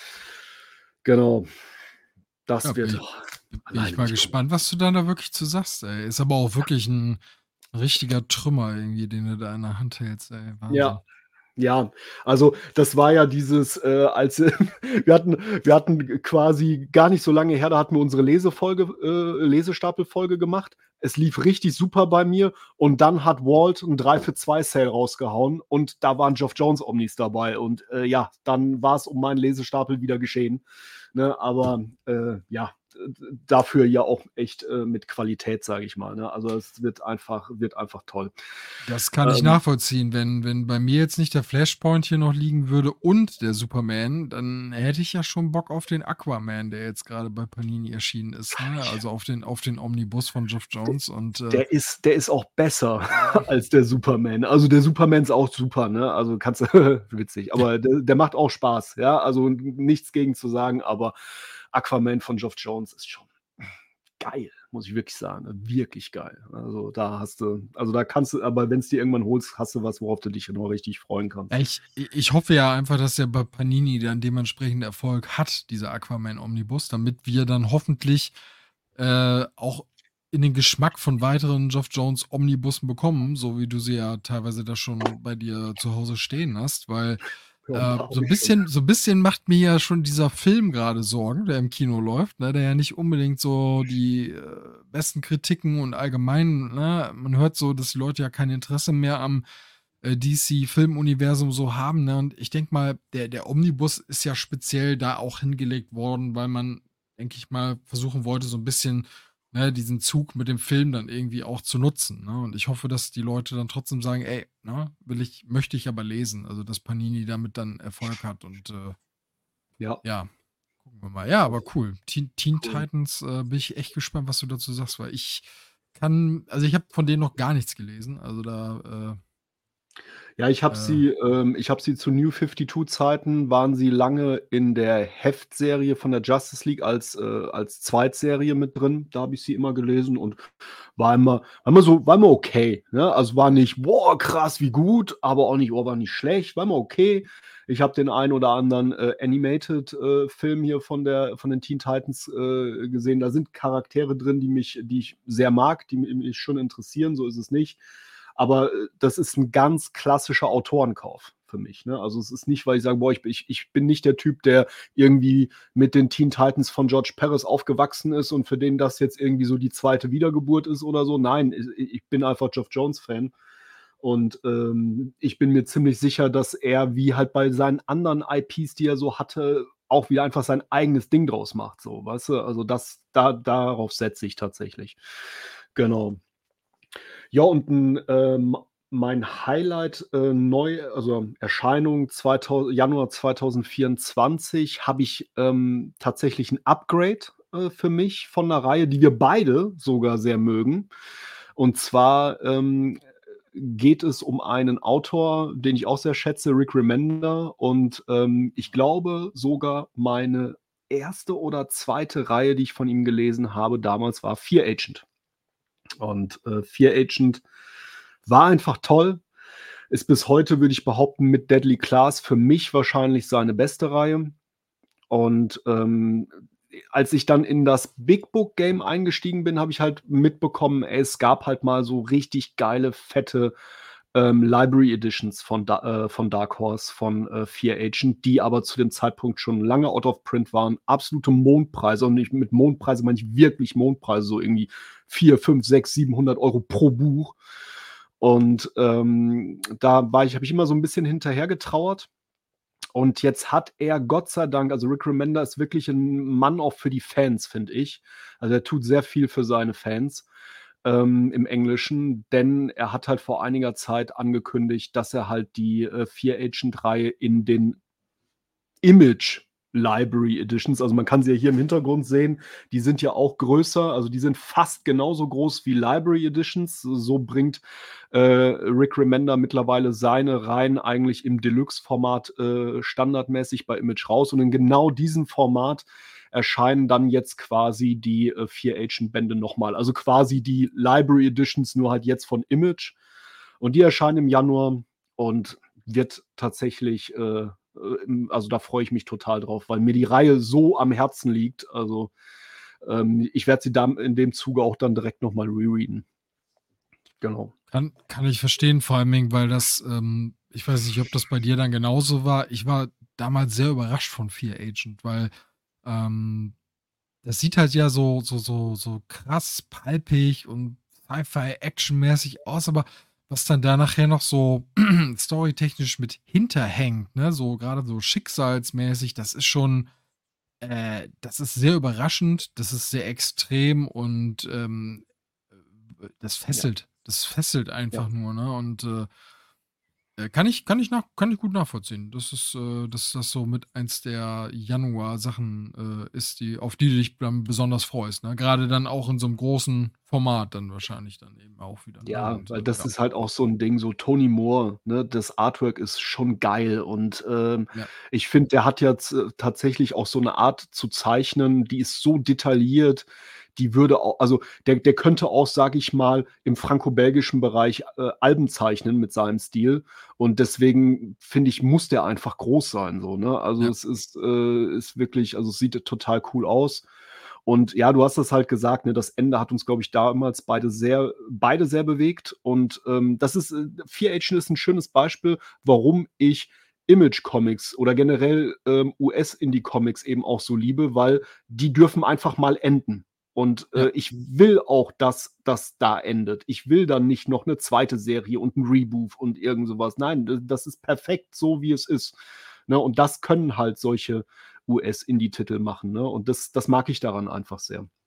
Genau, Ja, das wird bin ich alleine mal nicht kommen. gespannt, was du dann da wirklich zu sagst, ey. Ist aber auch wirklich ein richtiger Trümmer irgendwie, den du da in der Hand hältst, ey. Ja, Wahnsinn. ja, also das war ja dieses, als wir hatten quasi gar nicht so lange her, da hatten wir unsere Lesestapelfolge gemacht. Es lief richtig super bei mir und dann hat Walt 'n 3 für 2 Sale rausgehauen und da waren Geoff Johns Omnis dabei und, ja, dann war's um meinen Lesestapel wieder geschehen, ne? Aber, ja, dafür ja auch echt, mit Qualität, sage ich mal, ne? Also, es wird einfach toll. Das kann ich Ähm nachvollziehen. Wenn bei mir jetzt nicht der Flashpoint hier noch liegen würde und der Superman, dann hätte ich ja schon Bock auf den Aquaman, der jetzt gerade bei Panini erschienen ist, ne? Also auf den Omnibus von Geoff Johns und, Der ist auch besser als der Superman. Also, der Superman ist auch super, ne? Also, kannst du witzig, ja. aber der macht auch Spaß, ja? Also, nichts gegen zu sagen, aber Aquaman von Geoff Johns ist schon geil, muss ich wirklich sagen. Wirklich geil. Also, da kannst du aber wenn's dir irgendwann holst, hast du was, worauf du dich noch richtig freuen Ja, kannst. ich hoffe ja einfach, dass der bei Panini dann dementsprechend Erfolg hat, dieser Aquaman Omnibus, damit wir dann hoffentlich auch in den Geschmack von weiteren Geoff Jones Omnibussen bekommen, so wie du sie ja teilweise da schon bei dir zu Hause stehen hast, weil Ja, 'n paar habe ich schon. so ein bisschen macht mir ja schon dieser Film gerade Sorgen, der im Kino läuft, ne, der ja nicht unbedingt so die besten Kritiken und allgemein, ne, man hört so, dass die Leute ja kein Interesse mehr am DC-Filmuniversum so haben, ne? Und ich denke mal, der Omnibus ist ja speziell da auch hingelegt worden, weil man, denke ich mal, versuchen wollte, so ein bisschen ne, diesen Zug mit dem Film dann irgendwie auch zu nutzen, ne? Und ich hoffe, dass die Leute dann trotzdem sagen: „Ey, ne, möchte ich aber lesen.“ Also, dass Panini damit dann Erfolg hat und, Ja, ja, gucken wir mal. Ja, aber also cool. Teen cool. Titans, bin ich echt gespannt, was du dazu sagst, weil ich habe von denen noch gar nichts gelesen. Also, da, Ja, ich habe sie zu New 52 Zeiten waren sie lange in der Heftserie von der Justice League als Zweitserie mit drin. Da habe ich sie immer gelesen und war immer okay, ne? Also, war nicht: „Boah, krass, wie gut“, aber auch nicht: „Oh, war nicht schlecht“, war immer okay. Ich habe den einen oder anderen, Film hier von den Teen Titans, gesehen. Da sind Charaktere drin, die ich sehr mag, die mich schon interessieren, so ist es nicht. Aber, das ist ein ganz klassischer Autorenkauf für mich, ne? Also, es ist nicht, weil ich sage: „Boah, ich bin nicht der Typ, der irgendwie mit den Teen Titans von George Perez aufgewachsen ist und für den das jetzt irgendwie so die zweite Wiedergeburt ist oder so. Nein, ich bin einfach Geoff Jones-Fan und, ich bin mir ziemlich sicher, dass er wie halt bei seinen anderen IPs, die er so hatte, auch wieder einfach sein eigenes Ding draus macht so, weißt du? Also, darauf setze ich tatsächlich. Genau. Ja, und mein Highlight, also Erscheinung 2000 Januar 2024 habe ich, tatsächlich 'n Upgrade, für mich von 'ner Reihe, die wir beide sogar sehr mögen. Und zwar, geht es um einen Autor, den ich auch sehr schätze, Rick Remender. Und, ich glaube sogar meine erste oder zweite Reihe, die ich von ihm gelesen habe damals, war Fear Agent. Und, Fear Agent war einfach toll. Ist bis heute, würde ich behaupten, mit Deadly Class für mich wahrscheinlich seine beste Reihe. Und, als ich dann in das Big Book Game eingestiegen bin, habe ich halt mitbekommen, ey, es gab halt mal so richtig geile, fette, Library Editions von Dark Horse, von, Fear Agent, die aber zu dem Zeitpunkt schon lange out of print waren. Absolute Mondpreise, und ich mit Mondpreise meine ich wirklich Mondpreise, so irgendwie 4, 5, 6, 700 € pro Buch. Und, da habe ich immer so ein bisschen hinterher getrauert. Und jetzt hat er Gott sei Dank, also Rick Remender ist wirklich ein Mann auch für die Fans, finde ich. Also, er tut sehr viel für seine Fans, im Englischen, denn er hat halt vor einiger Zeit angekündigt, dass er halt die, Fear Agent Reihe in den Image Library Editions, also man kann sie ja hier im Hintergrund sehen, die sind ja auch größer, also die sind fast genauso groß wie Library Editions. So bringt, Rick Remender mittlerweile seine Reihen eigentlich im Deluxe-Format, standardmäßig bei Image raus, und in genau diesem Format erscheinen dann jetzt quasi die, Fear Agent Bände noch mal. Also quasi die Library Editions, nur halt jetzt von Image, und die erscheinen im Januar und wird tatsächlich, also da freue ich mich total drauf, weil mir die Reihe so am Herzen liegt. Also, ich werde sie dann in dem Zuge auch dann direkt noch mal rereaden. Genau. kann ich verstehen, vor allen Dingen, weil das, ich weiß nicht, ob das bei dir dann genauso war. Ich war damals sehr überrascht von Fear Agent, weil, ähm, das sieht halt ja so krass palpig und Sci-Fi actionmäßig aus, aber was dann da nachher noch so storytechnisch mit hinterhängt, ne, so gerade so schicksalsmäßig, das ist sehr überraschend, das ist sehr extrem und, das Ja, fesselt. Das fesselt ja. einfach nur, ne? Und, kann ich gut nachvollziehen. Dass das so mit eins der Januar-Sachen, ist, auf die du dich dann besonders freust, ne? Grade dann auch in so einem großen Format dann wahrscheinlich dann eben auch wieder, ne? Ja, Und, weil das ja, ist halt auch so 'n Ding, so Tony Moore, ne? Das Artwork ist schon geil und, ja, ich finde, der hat jetzt, tatsächlich auch so 'ne Art zu zeichnen, die ist so detailliert, die würde also, der könnte auch, sage ich mal, im franco-belgischen Bereich, Alben zeichnen mit seinem Stil, und deswegen finde ich, muss der einfach groß sein so, ne? Also, ja. es ist wirklich, also, es sieht total cool aus. Und ja, du hast es halt gesagt, ne, das Ende hat uns, glaube ich, damals beide sehr bewegt. Und, das ist Fear Agent ist ein schönes Beispiel, warum ich Image Comics oder generell, US-Indie-Comics eben auch so liebe, weil die dürfen einfach mal enden. Und, Ja. ich will auch, dass das da endet. Ich will dann nicht noch eine zweite Serie und ein Reboot und irgend so was. Nein, das ist perfekt so, wie es ist, ne? Und das können halt solche US-Indie-Titel machen, ne? Und das mag ich daran einfach sehr.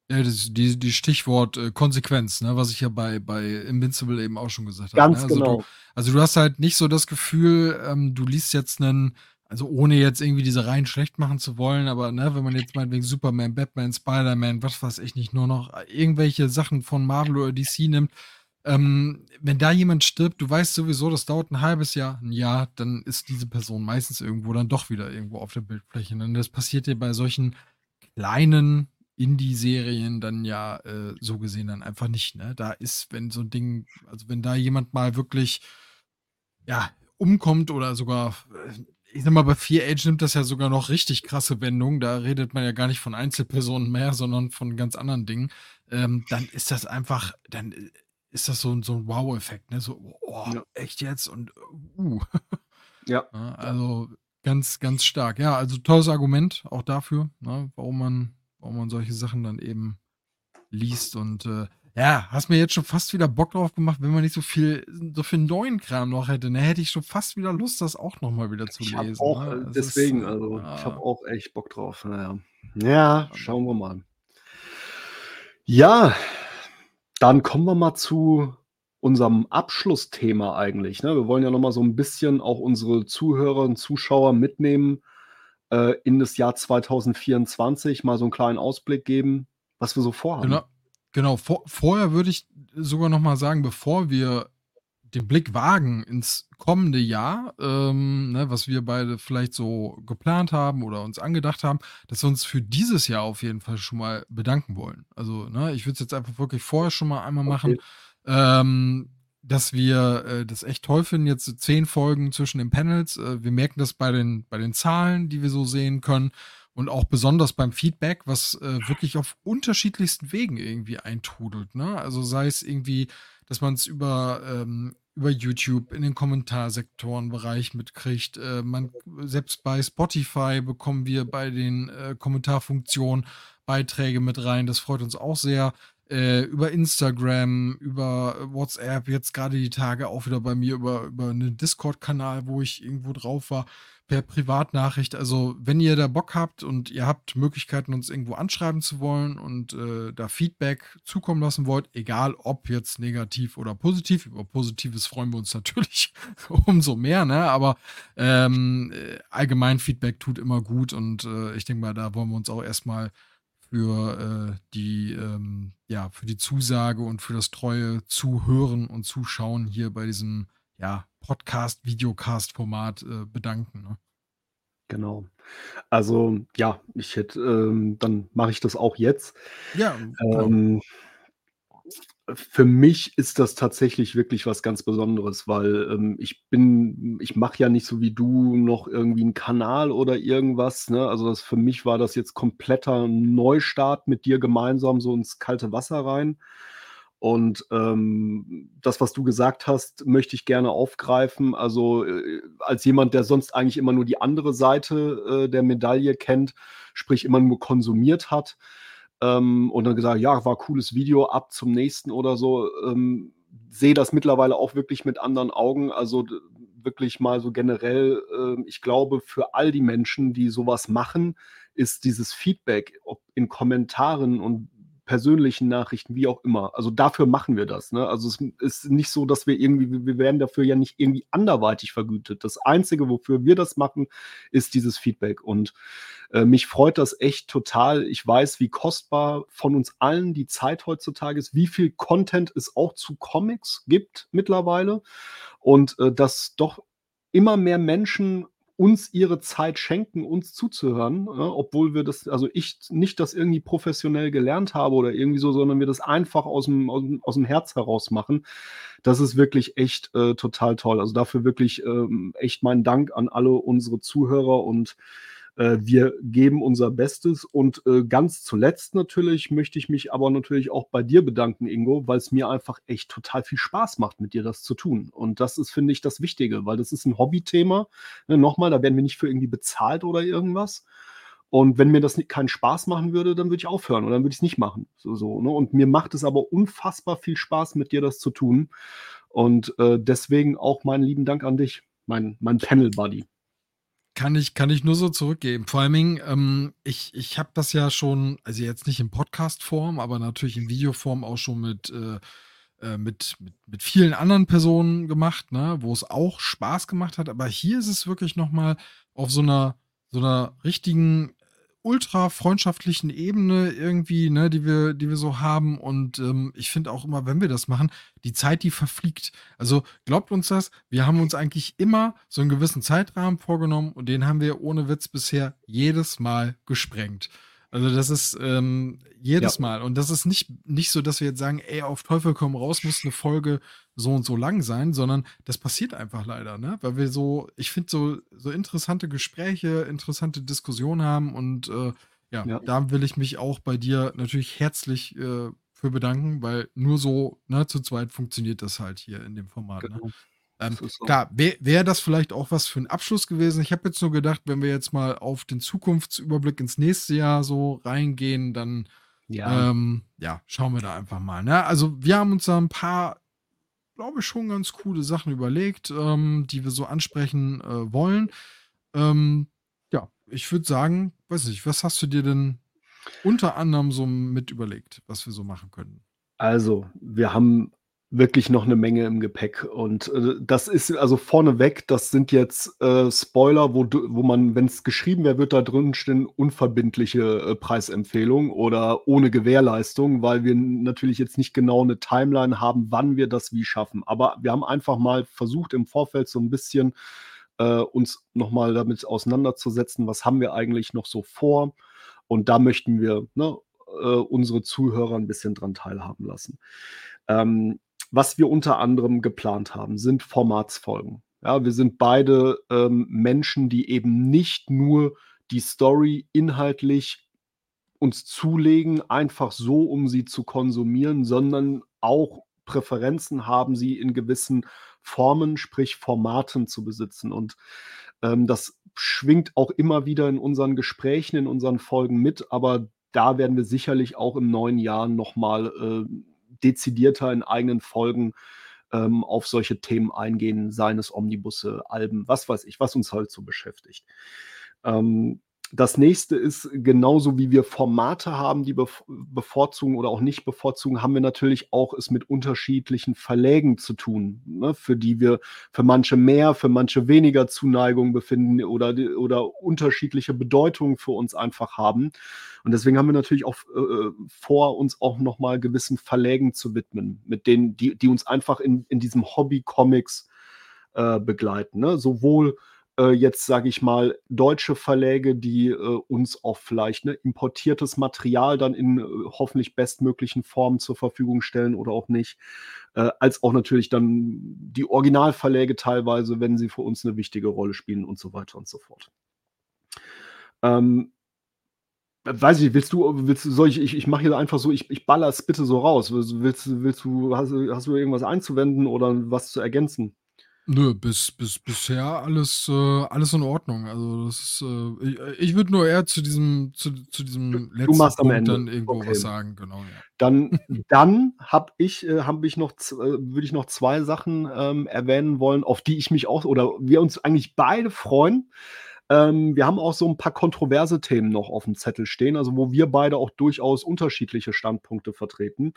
Ja, die Stichwort Konsequenz, ne, was ich ja bei Invincible eben auch schon gesagt habe. Ne? Ganz genau. Also du hast halt nicht so das Gefühl, du liest jetzt also ohne jetzt irgendwie diese Reihen schlecht machen zu wollen, aber ne, wenn man jetzt meinetwegen Superman, Batman, Spider-Man, was weiß ich nicht, nur noch irgendwelche Sachen von Marvel oder DC nimmt, wenn da jemand stirbt, du weißt sowieso, das dauert ein halbes Jahr, ein Jahr, dann ist diese Person meistens irgendwo dann doch wieder irgendwo auf der Bildfläche. Und das passiert dir bei solchen kleinen Indie-Serien dann ja so gesehen dann einfach nicht, ne? Da ist, wenn so ein Ding, also wenn da jemand mal wirklich, ja, umkommt oder sogar, ich sag mal, bei 4Age nimmt das ja sogar noch richtig krasse Wendungen. Da redet man ja gar nicht von Einzelpersonen mehr, sondern von ganz anderen Dingen. Dann ist das einfach, dann ist das so ein Wow-Effekt, ne? So, oh, Ja. echt jetzt? Und uh. Ja. Ja, also ganz, ganz stark. Ja, also tolles Argument auch dafür, ne, warum man solche Sachen dann eben liest. Und ja, hast mir jetzt schon fast wieder Bock drauf gemacht, wenn man nicht so viel neuen Kram noch hätte. Ne, hätte ich schon fast wieder Lust, das auch nochmal wieder zu Ich habe lesen. auch Ne? Es ist, deswegen, also, ich habe auch echt Bock drauf. Na ja. Ja, schauen wir mal. Ja, dann kommen wir mal zu unserem Abschlussthema eigentlich, ne? Wir wollen ja noch mal so 'n bisschen auch unsere Zuhörer und Zuschauer mitnehmen, in das Jahr 2024, mal so 'n kleinen Ausblick geben, was wir so genau, vorhaben. genau. Vorher würde ich sogar noch mal sagen, bevor wir den Blick wagen ins kommende Jahr, ne, was wir beide vielleicht so geplant haben oder uns angedacht haben, dass wir uns für dieses Jahr auf jeden Fall schon mal bedanken wollen. Also, ne, ich würde es jetzt einfach wirklich vorher schon mal einmal machen, Okay. dass wir das echt toll finden, jetzt so 10 Folgen zwischen den Panels. Wir merken das bei den Zahlen, die wir so sehen können und auch besonders beim Feedback, was wirklich auf unterschiedlichsten Wegen irgendwie eintrudelt. Ne? Also sei es irgendwie, dass man es über YouTube in den Kommentarsektorenbereich mitkriegt. Selbst bei Spotify bekommen wir bei den Kommentarfunktionen Beiträge mit rein. Das freut uns auch sehr. Über Instagram, über WhatsApp, jetzt gerade die Tage auch wieder bei mir über einen Discord-Kanal, wo ich irgendwo drauf war, per Privatnachricht. Also, wenn ihr da Bock habt und ihr habt Möglichkeiten, uns irgendwo anschreiben zu wollen und da Feedback zukommen lassen wollt, egal ob jetzt negativ oder positiv, über Positives freuen wir uns natürlich umso mehr, ne? Aber allgemein Feedback tut immer gut und ich denke mal, da wollen wir uns auch erstmal für die Zusage und für das treue Zuhören und Zuschauen hier bei diesem ja, Podcast, Videocast-Format bedanken. Ne? Genau. Also, ja, ich hätte dann mache ich das auch jetzt. Ja, genau. Ähm, für mich ist das tatsächlich wirklich was ganz Besonderes, weil, ich mache ja nicht so wie du noch irgendwie 'n Kanal oder irgendwas, ne? Also, das für mich war das jetzt kompletter Neustart mit dir gemeinsam so ins kalte Wasser rein. Und, das, was du gesagt hast, möchte ich gerne aufgreifen. Also, als jemand, der sonst eigentlich immer nur die andere Seite, der Medaille kennt, sprich immer nur konsumiert hat, und dann gesagt: „Ja, war cooles Video, ab zum nächsten“ oder so, sehe das mittlerweile auch wirklich mit anderen Augen. Also, wirklich mal so generell, ich glaube, für all die Menschen, die sowas machen, ist dieses Feedback, ob in Kommentaren und persönlichen Nachrichten, wie auch immer. Also, dafür machen wir das, ne? Also, es ist nicht so, dass wir werden dafür ja nicht irgendwie anderweitig vergütet. Das Einzige, wofür wir das machen, ist dieses Feedback. Und mich freut das echt total. Ich weiß, wie kostbar von uns allen die Zeit heutzutage ist, wie viel Content es auch zu Comics gibt mittlerweile und, dass doch immer mehr Menschen uns ihre Zeit schenken, uns zuzuhören, ne, obwohl wir das also ich nicht das irgendwie professionell gelernt habe oder irgendwie so, sondern wir das einfach aus'm Herz heraus machen. Das ist wirklich echt, total toll. Also, dafür wirklich, echt meinen Dank an alle unsere Zuhörer und, wir geben unser Bestes und, ganz zuletzt natürlich möchte ich mich aber natürlich auch bei dir bedanken, Ingo, weil es mir einfach echt total viel Spaß macht, mit dir das zu tun. Und das ist, finde ich, das Wichtige, weil das ist ein Hobbythema. Ne, noch da werden wir nicht für irgendwie bezahlt oder irgendwas. Und wenn mir das ni keinen Spaß machen würde, dann würde ich aufhören oder dann würde ich's nicht machen, so, ne? Und mir macht es aber unfassbar viel Spaß, mit dir das zu tun. Und, deswegen auch meinen lieben Dank an dich, mein Panel Buddy. Kann ich nur so zurückgeben. Vor allen Dingen, ich habe das ja schon, also jetzt nicht in Podcast-Form, aber natürlich in Videoform auch schon mit vielen anderen Personen gemacht, ne, wo es auch Spaß gemacht hat. Aber hier ist es wirklich nochmal auf so einer richtigen, ultra freundschaftlichen Ebene irgendwie, ne, die wir so haben. Und ich finde auch immer, wenn wir das machen, die Zeit, die verfliegt. Also glaubt uns das, wir haben uns eigentlich immer so einen gewissen Zeitrahmen vorgenommen und den haben wir ohne Witz bisher jedes Mal gesprengt. Also das ist Ja, jedes Mal. Und das ist nicht so, dass wir jetzt sagen, ey, auf Teufel komm raus, muss eine Folge so und so lang sein, sondern das passiert einfach leider, ne? Weil wir ich finde, so interessante Gespräche, interessante Diskussionen haben und ja, ja, da will ich mich auch bei dir natürlich herzlich für bedanken, weil nur so, ne, zu zweit funktioniert das halt hier in dem Format, ne? genau. Das ist so. Klar, wär das vielleicht auch was für 'n Abschluss gewesen. Ich habe jetzt nur gedacht, wenn wir jetzt mal auf den Zukunftsüberblick ins nächste Jahr so reingehen, dann, Ja, ja, schauen wir da einfach mal, ne? Also, wir haben uns da 'n paar, glaube ich, schon ganz coole Sachen überlegt, die wir so ansprechen, wollen. Ja, ich würde sagen, weiß nicht, was hast du dir denn unter anderem so mit überlegt, was wir so machen können? also, wir haben wirklich noch 'ne Menge im Gepäck und, das ist also vorneweg, das sind jetzt, Spoiler, wo man, wenn's geschrieben wäre, wird da drin stehen: „Unverbindliche, Preisempfehlung" oder „ohne Gewährleistung", weil wir natürlich jetzt nicht genau 'ne Timeline haben, wann wir das wie schaffen. Aber wir haben einfach mal versucht, im Vorfeld so 'n bisschen, uns noch mal damit auseinanderzusetzen, was haben wir eigentlich noch so vor? Und da möchten wir, ne, unsere Zuhörer 'n bisschen dran teilhaben lassen. Ähm, Was wir unter anderem geplant haben, sind Formatsfolgen. Ja, wir sind beide, Menschen, die eben nicht nur die Story inhaltlich uns zulegen, einfach so, um sie zu konsumieren, sondern auch Präferenzen haben, sie in gewissen Formen, sprich Formaten zu besitzen. Und, das schwingt auch immer wieder in unseren Gesprächen, in unseren Folgen mit, aber da werden wir sicherlich auch im neuen Jahr noch mal, dezidierter in eigenen Folgen, auf solche Themen eingehen, seien es Omnibusse, Alben, was weiß ich, was uns halt so beschäftigt. Ähm, Das nächste ist, genauso wie wir Formate haben, die bevorzugen oder auch nicht bevorzugen, haben wir natürlich auch es mit unterschiedlichen Verlägen zu tun, ne, für die wir für manche mehr, für manche weniger Zuneigung befinden oder unterschiedliche Bedeutungen für uns einfach haben. Und deswegen haben wir natürlich auch, vor, uns auch noch mal gewissen Verlägen zu widmen, mit denen die uns einfach in diesem Hobby Comics, begleiten, ne? Sowohl, jetzt, sage ich mal, deutsche Verläge, die, uns auch vielleicht, ne, importiertes Material dann in, hoffentlich bestmöglichen Formen zur Verfügung stellen oder auch nicht, als auch natürlich dann die Originalverläge teilweise, wenn sie für uns 'ne wichtige Rolle spielen und so weiter und so fort. Ähm, Weiß ich, soll ich mache hier einfach so, ich ballere es bitte so raus. Hast du irgendwas einzuwenden oder was zu ergänzen? Nö, bisher alles in Ordnung. Also, das ist, ich würde nur eher zu diesem Du letzten machst am Punkt Ende. dann irgendwo was Okay. sagen, genau, ja. Dann habe ich noch würde ich noch 2 Sachen, erwähnen wollen, auf die ich mich auch oder wir uns eigentlich beide freuen. Wir haben auch so 'n paar kontroverse Themen noch aufm Zettel stehen, also, wo wir beide auch durchaus unterschiedliche Standpunkte vertreten,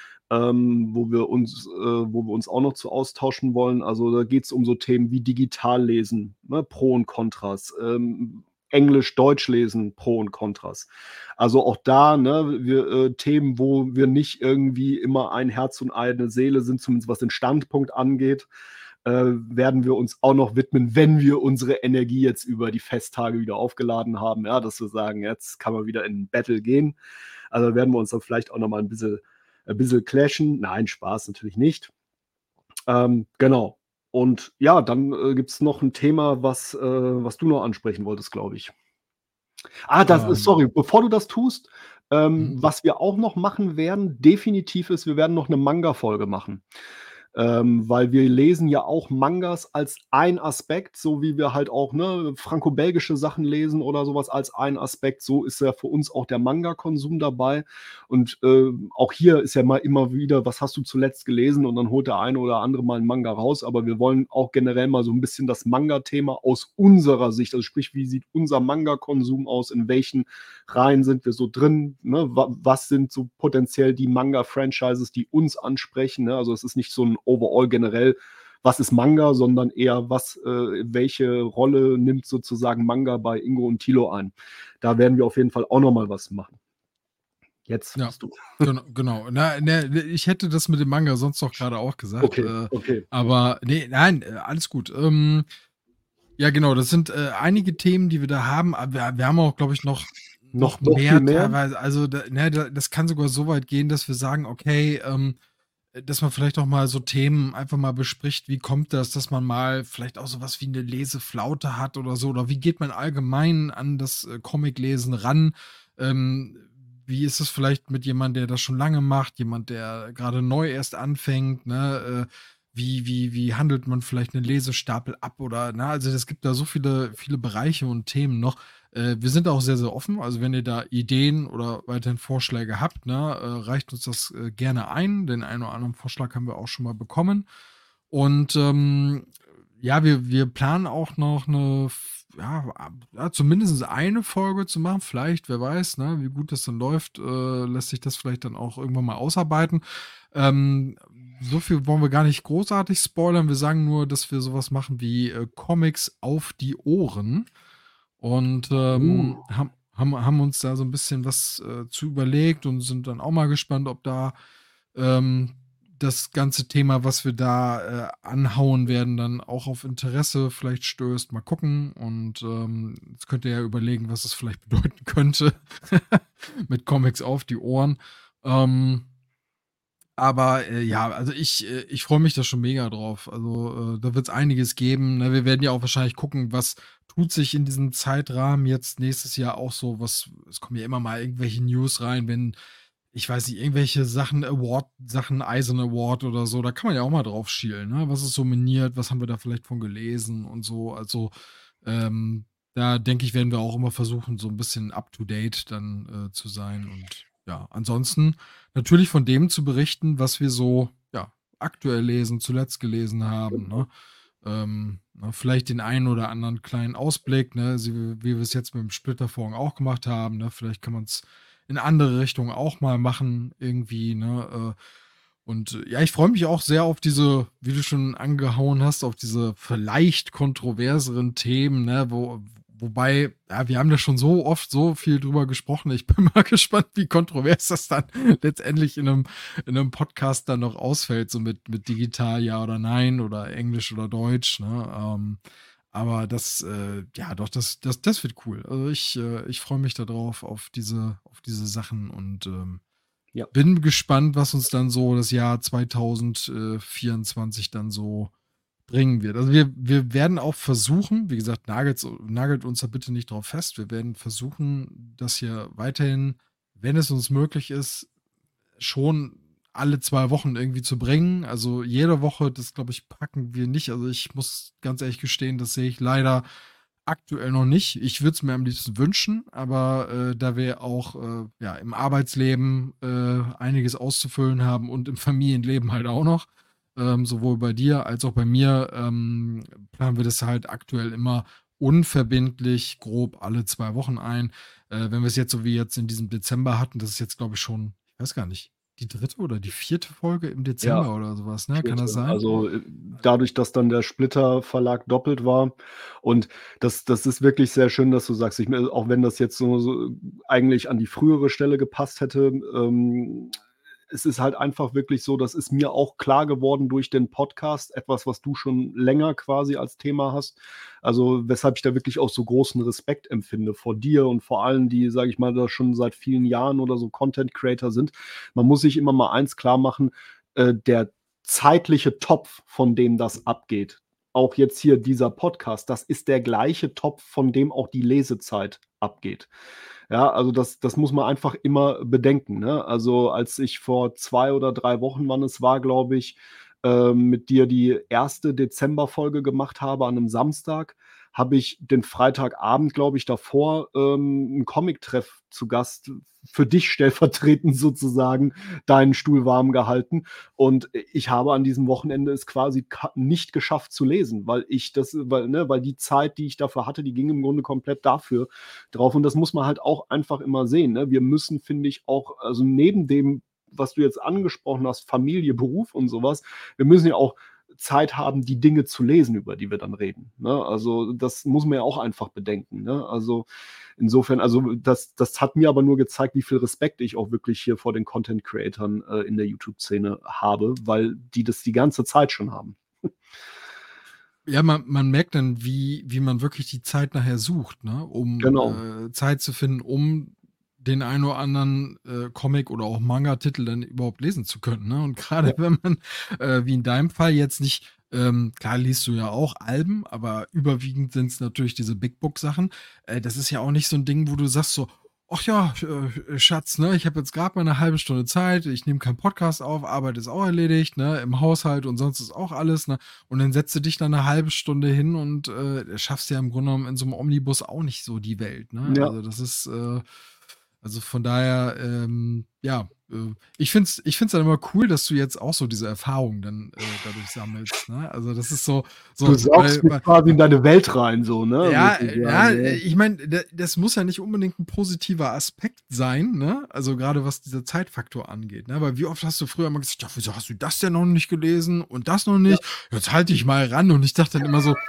wo wir uns auch noch zu austauschen wollen. Also, da geht's um so Themen wie Digitallesen, ne, Pro und Kontras, Englisch, Deutsch lesen, Pro und Kontras. Also, auch da, ne, Themen, wo wir nicht irgendwie immer ein Herz und eine Seele sind, zumindest was den Standpunkt angeht, werden wir uns auch noch widmen, wenn wir unsere Energie jetzt über die Festtage wieder aufgeladen haben, ja, dass wir sagen: „Jetzt kann man wieder in 'n Battle gehen." Also, werden wir uns dann vielleicht auch noch mal 'n bisschen clashen. Nein, Spaß natürlich nicht. Genau. Und ja, dann, gibt's noch 'n Thema, was du noch ansprechen wolltest, glaube ich. Ähm, Sorry, bevor du das tust, mhm. was wir auch noch machen werden, definitiv ist, wir werden noch 'ne Manga-Folge machen. Weil wir lesen ja auch Mangas als ein Aspekt, so wie wir halt auch franco-belgische Sachen lesen oder sowas als ein Aspekt. So ist ja für uns auch der Manga-Konsum dabei. Und auch hier ist ja mal immer wieder, was hast du zuletzt gelesen? Und dann holt der eine oder andere mal einen Manga raus. Aber wir wollen auch generell mal so ein bisschen das Manga-Thema aus unserer Sicht, also sprich, wie sieht unser Manga-Konsum aus? In welchen Reihen sind wir so drin? Ne? Was sind so potenziell die Manga-Franchises, die uns ansprechen? Ne? Also es ist nicht so ein Overall generell, was ist Manga, sondern eher, welche Rolle nimmt sozusagen Manga bei Ingo und Thilo ein. Da werden wir auf jeden Fall auch nochmal was machen. Jetzt Ja, bist du. genau. Ich hätte das mit dem Manga sonst doch gerade auch gesagt. Okay. Aber nee, nein, alles gut. Ja, genau, das sind einige Themen, die wir da haben. Aber wir haben auch, glaube ich, noch viel mehr mehr? teilweise. Also, das kann sogar so weit gehen, dass wir sagen, okay, dass man vielleicht auch mal so Themen einfach mal bespricht, wie kommt das, dass man mal vielleicht auch sowas wie eine Leseflaute hat oder so, oder wie geht man allgemein an das Comiclesen ran? Ähm, Wie ist es vielleicht mit jemandem, der das schon lange macht, jemand, der gerade neu erst anfängt, ne? Wie handelt man vielleicht einen Lesestapel ab oder, na, also es gibt da so viele Bereiche und Themen noch. Wir sind auch sehr, sehr offen. Also wenn ihr da Ideen oder weiterhin Vorschläge habt, ne, reicht uns das gerne ein. Den einen oder anderen Vorschlag haben wir auch schon mal bekommen. Und ja, wir planen auch noch zumindest eine Folge zu machen. Vielleicht, wer weiß, ne, wie gut das dann läuft, lässt sich das vielleicht dann auch irgendwann mal ausarbeiten. So viel wollen wir gar nicht großartig spoilern. Wir sagen nur, dass wir sowas machen wie Comics auf die Ohren. Und haben uns da so ein bisschen was zu überlegt und sind dann auch mal gespannt, ob da das ganze Thema, was wir da anhauen werden, dann auch auf Interesse vielleicht stößt. Mal gucken. Und jetzt könnt ihr ja überlegen, was es vielleicht bedeuten könnte mit Comics auf die Ohren. Aber ja, also ich freue mich da schon mega drauf. Also da wird es einiges geben. Ne? Wir werden ja auch wahrscheinlich gucken, was tut sich in diesem Zeitrahmen jetzt nächstes Jahr auch so. Es kommen ja immer mal irgendwelche News rein, wenn, ich weiß nicht, irgendwelche Sachen, Eisern Award oder so, da kann man ja auch mal drauf schielen. Ne? Was ist nominiert, was haben wir da vielleicht von gelesen und so. Also da denke ich, werden wir auch immer versuchen, so ein bisschen up-to-date dann zu sein. Und ja, ansonsten natürlich von dem zu berichten, was wir so ja, aktuell lesen, zuletzt gelesen haben. Ne? Vielleicht den einen oder anderen kleinen Ausblick, ne? Wie wir es jetzt mit dem Splitterfonds auch gemacht haben. Ne? Vielleicht kann man es in andere Richtungen auch mal machen, irgendwie. Ne? Und ja, ich freue mich auch sehr auf diese, wie du schon angehauen hast, auf diese vielleicht kontroverseren Themen, ne? Wobei, ja, wir haben da schon so oft so viel drüber gesprochen. Ich bin mal gespannt, wie kontrovers das dann letztendlich in einem Podcast dann noch ausfällt, so mit digital ja oder nein oder Englisch oder Deutsch. Ne? Aber ja, doch, das wird cool. Also ich freue mich darauf, auf diese Sachen und Ja. bin gespannt, was uns dann so das Jahr 2024 dann so bringen wird. Also wir werden auch versuchen, wie gesagt, nagelt uns da bitte nicht drauf fest, wir werden versuchen, das hier weiterhin, wenn es uns möglich ist, schon alle 2 Wochen irgendwie zu bringen. Also jede Woche, das glaube ich, packen wir nicht. Also ich muss ganz ehrlich gestehen, das sehe ich leider aktuell noch nicht. Ich würde es mir am liebsten wünschen, aber da wir auch ja, im Arbeitsleben einiges auszufüllen haben und im Familienleben halt auch noch, sowohl bei dir als auch bei mir, planen wir das halt aktuell immer unverbindlich, grob alle 2 Wochen ein. Wenn wir es jetzt so wie jetzt in diesem Dezember hatten, das ist jetzt, glaube ich, schon, ich weiß gar nicht, die 3. oder die 4. Folge im Dezember oder sowas, ne? Kann das sein? Also dadurch, dass dann der Splitter Verlag doppelt war. Und das ist wirklich sehr schön, dass du sagst, auch wenn das jetzt so eigentlich an die frühere Stelle gepasst hätte, es ist halt einfach wirklich so, das ist mir auch klar geworden durch den Podcast, etwas, was du schon länger quasi als Thema hast. Also weshalb ich da wirklich auch so großen Respekt empfinde vor dir und vor allen, die, sage ich mal, da schon seit vielen Jahren oder so Content Creator sind. Man muss sich immer mal eins klar machen, der zeitliche Topf, von dem das abgeht, auch jetzt hier dieser Podcast, das ist der gleiche Topf, von dem auch die Lesezeit abgeht. Ja, also das muss man einfach immer bedenken. Ne? Also als ich vor 2 oder 3 Wochen, wann es war, glaube ich, mit dir die erste Dezemberfolge gemacht habe an einem Samstag, habe ich den Freitagabend, glaube ich, davor 'n Comic-Treff zu Gast für dich stellvertretend sozusagen deinen Stuhl warm gehalten. Und ich habe an diesem Wochenende es quasi nicht geschafft zu lesen, weil die Zeit, die ich dafür hatte, die ging im Grunde komplett dafür drauf. Und das muss man halt auch einfach immer sehen. Ne? Wir müssen, finde ich, auch, also neben dem, was du jetzt angesprochen hast, Familie, Beruf und sowas, wir müssen ja auch Zeit haben, die Dinge zu lesen, über die wir dann reden. Ne? Also das muss man ja auch einfach bedenken. Ne? Also insofern, also das hat mir aber nur gezeigt, wie viel Respekt ich auch wirklich hier vor den Content-Creatern in der YouTube-Szene habe, weil die das die ganze Zeit schon haben. Ja, man merkt dann, wie man wirklich die Zeit nachher sucht, ne? Um Genau. Zeit zu finden, um den einen oder anderen Comic oder auch Manga-Titel dann überhaupt lesen zu können, ne? Und gerade Ja. wenn man, wie in deinem Fall jetzt nicht, klar liest du ja auch Alben, aber überwiegend sind es natürlich diese Big Book-Sachen. Das ist ja auch nicht so ein Ding, wo du sagst so: „Ach ja, Schatz, ne, ich habe jetzt gerade mal eine halbe Stunde Zeit, ich nehme keinen Podcast auf, Arbeit ist auch erledigt, ne, im Haushalt und sonst ist auch alles, ne?“ Und dann setzt du dich da 'ne halbe Stunde hin und, schaffst ja im Grunde genommen in so 'nem Omnibus auch nicht so die Welt, ne? Ja. Also, das ist, also, von daher, ja, ich finde es dann immer cool, dass du jetzt auch so diese Erfahrungen dann, dadurch sammelst, ne? Also, das ist Du so, saugst mich quasi in deine Welt rein, so, ne? ja, Sozusagen, ja, ja. ich meine, das muss ja nicht unbedingt ein positiver Aspekt sein, ne? Also, gerade was dieser Zeitfaktor angeht, ne? Weil wie oft hast du früher immer gesagt: „Ja, wieso hast du das denn noch nicht gelesen und das noch Ja. nicht? Jetzt halte dich mal ran.“ Und ich dachte dann immer so: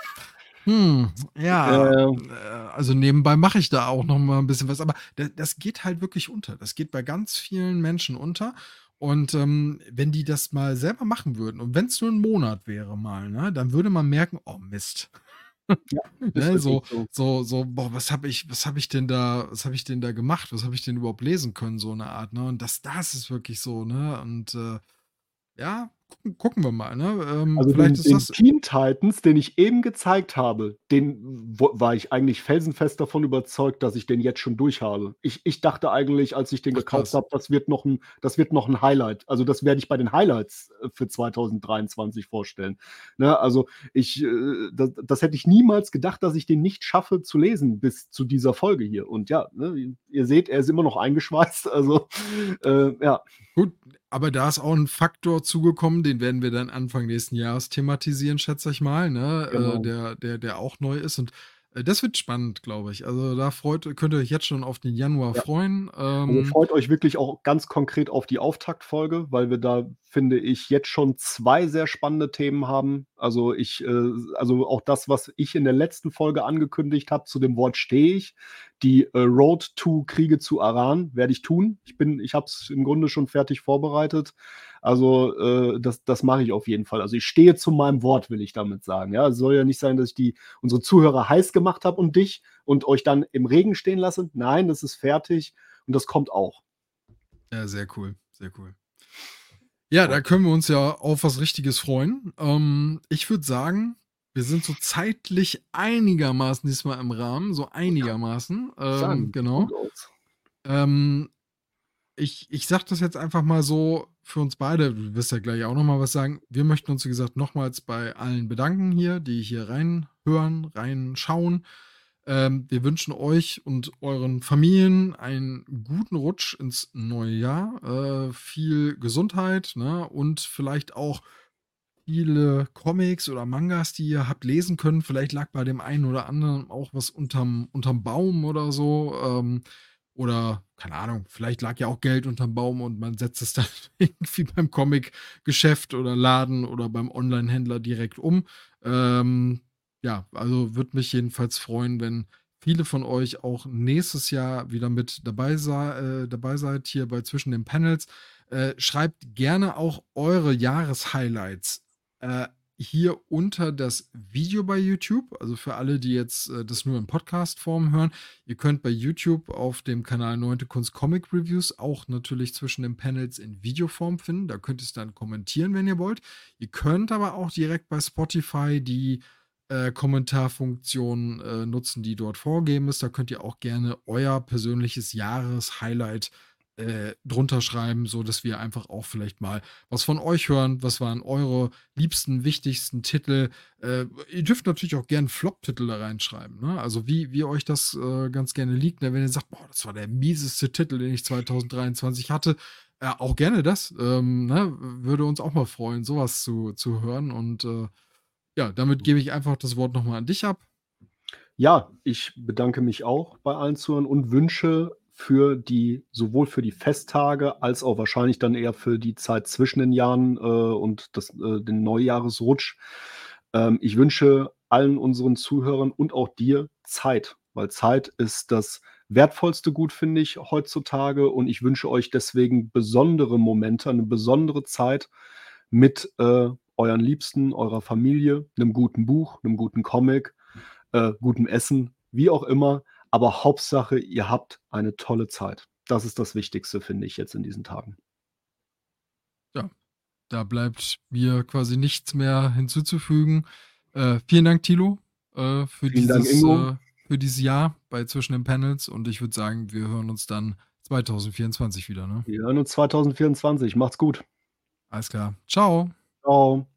ja, Äh, also nebenbei mache ich da auch noch mal 'n bisschen was, aber das geht halt wirklich unter. Das geht bei ganz vielen Menschen unter. Und, wenn die das mal selber machen würden und wenn's nur 'n Monat wäre mal, ne, dann würde man merken: „Oh Mist.“ ja, ist Ne, wirklich so. boah, was habe ich denn da gemacht? Was habe ich denn überhaupt lesen können, so 'ne Art, ne? Und das ist wirklich so, ne? Und, ja, gucken wir mal, ne? Also Vielleicht den ist den das Teen Titans, den ich eben gezeigt habe, den war ich eigentlich felsenfest davon überzeugt, dass ich den jetzt schon durch habe. Ich dachte eigentlich, als ich den ach gekauft krass. habe, das wird noch 'n Highlight. Also, das werde ich bei den Highlights, für 2023 vorstellen. Ne, also das hätte ich niemals gedacht, dass ich den nicht schaffe zu lesen bis zu dieser Folge hier. Und ja, ne, ihr seht, er ist immer noch eingeschweißt. Also, ja, Gut, aber da ist auch 'n Faktor zugekommen, den werden wir dann Anfang nächsten Jahres thematisieren, schätze ich mal, ne, genau. der auch neu ist und, das wird spannend, glaube ich. Also, da könnt ihr euch jetzt schon auf den Januar Ja. freuen. Also, freut euch wirklich auch ganz konkret auf die Auftaktfolge, weil wir da, finde ich, jetzt schon 2 sehr spannende Themen haben. Also auch das, was ich in der letzten Folge angekündigt habe, zu dem Wort stehe ich. Die, Road to Kriege zu Aran werde ich tun. Ich habe es im Grunde schon fertig vorbereitet. Also, das mache ich auf jeden Fall. Also, ich stehe zu meinem Wort, will ich damit sagen, ja? Es soll ja nicht sein, dass ich unsere Zuhörer heiß gemacht habe und dich und euch dann im Regen stehen lasse. Nein, das ist fertig. Und das kommt auch. Ja, sehr cool, sehr cool. Ja, da So, können wir uns ja auf was Richtiges freuen. Ich würde sagen, wir sind so zeitlich einigermaßen diesmal im Rahmen, so einigermaßen, sagen, sieht genau. gut aus. Ähm, ich sage das jetzt einfach mal so für uns beide, du wirst ja gleich auch noch mal was sagen. Wir möchten uns, wie gesagt, nochmals bei allen bedanken hier, die hier reinhören, reinschauen. Wir wünschen euch und euren Familien einen guten Rutsch ins neue Jahr, viel Gesundheit, ne, und vielleicht auch viele Comics oder Mangas, die ihr habt lesen können. Vielleicht lag bei dem einen oder anderen auch was unterm Baum oder so, oder keine Ahnung, vielleicht lag ja auch Geld unterm Baum und man setzt es dann irgendwie beim Comicgeschäft oder Laden oder beim Onlinehändler direkt um. Ja, also würde mich jedenfalls freuen, wenn viele von euch auch nächstes Jahr wieder mit dabei seid hier bei Zwischen den Panels. Schreibt gerne auch eure Jahreshighlights äh, hier unter das Video bei YouTube. Also für alle, die jetzt das nur in Podcast-Form hören. Ihr könnt bei YouTube auf dem Kanal Neunte Kunst Comic Reviews auch natürlich zwischen den Panels in Videoform finden. Da könnt ihr es dann kommentieren, wenn ihr wollt. Ihr könnt aber auch direkt bei Spotify die Kommentarfunktion nutzen, die dort vorgegeben ist. Da könnt ihr auch gerne euer persönliches Jahreshighlight drunter schreiben, so dass wir einfach auch vielleicht mal was von euch hören. Was waren eure liebsten, wichtigsten Titel? Ihr dürft natürlich auch gerne Flop-Titel da reinschreiben, ne? Also wie euch das ganz gerne liegt. Ne? Wenn ihr sagt, boah, das war der mieseste Titel, den ich 2023 hatte, auch gerne das. Ne? Würde uns auch mal freuen, sowas zu hören. Und ja, damit gebe ich einfach das Wort nochmal an dich ab. Ja, ich bedanke mich auch bei allen Zuhörern und wünsche für die sowohl für die Festtage als auch wahrscheinlich dann eher für die Zeit zwischen den Jahren, und den Neujahresrutsch. Ich wünsche allen unseren Zuhörern und auch dir Zeit, weil Zeit ist das wertvollste Gut, finde ich, heutzutage, und ich wünsche euch deswegen besondere Momente, eine besondere Zeit mit, euren Liebsten, eurer Familie, einem guten Buch, einem guten Comic, gutem Essen, wie auch immer. Aber Hauptsache, ihr habt eine tolle Zeit. Das ist das Wichtigste, finde ich jetzt in diesen Tagen. Ja, da bleibt mir quasi nichts mehr hinzuzufügen. Vielen Dank, Thilo, Vielen Dank, Ingo. für dieses Jahr bei Zwischen den Panels und ich würde sagen, wir hören uns dann 2024 wieder, ne? Wir hören uns 2024. Macht's gut. Alles klar. Ciao. Tschau.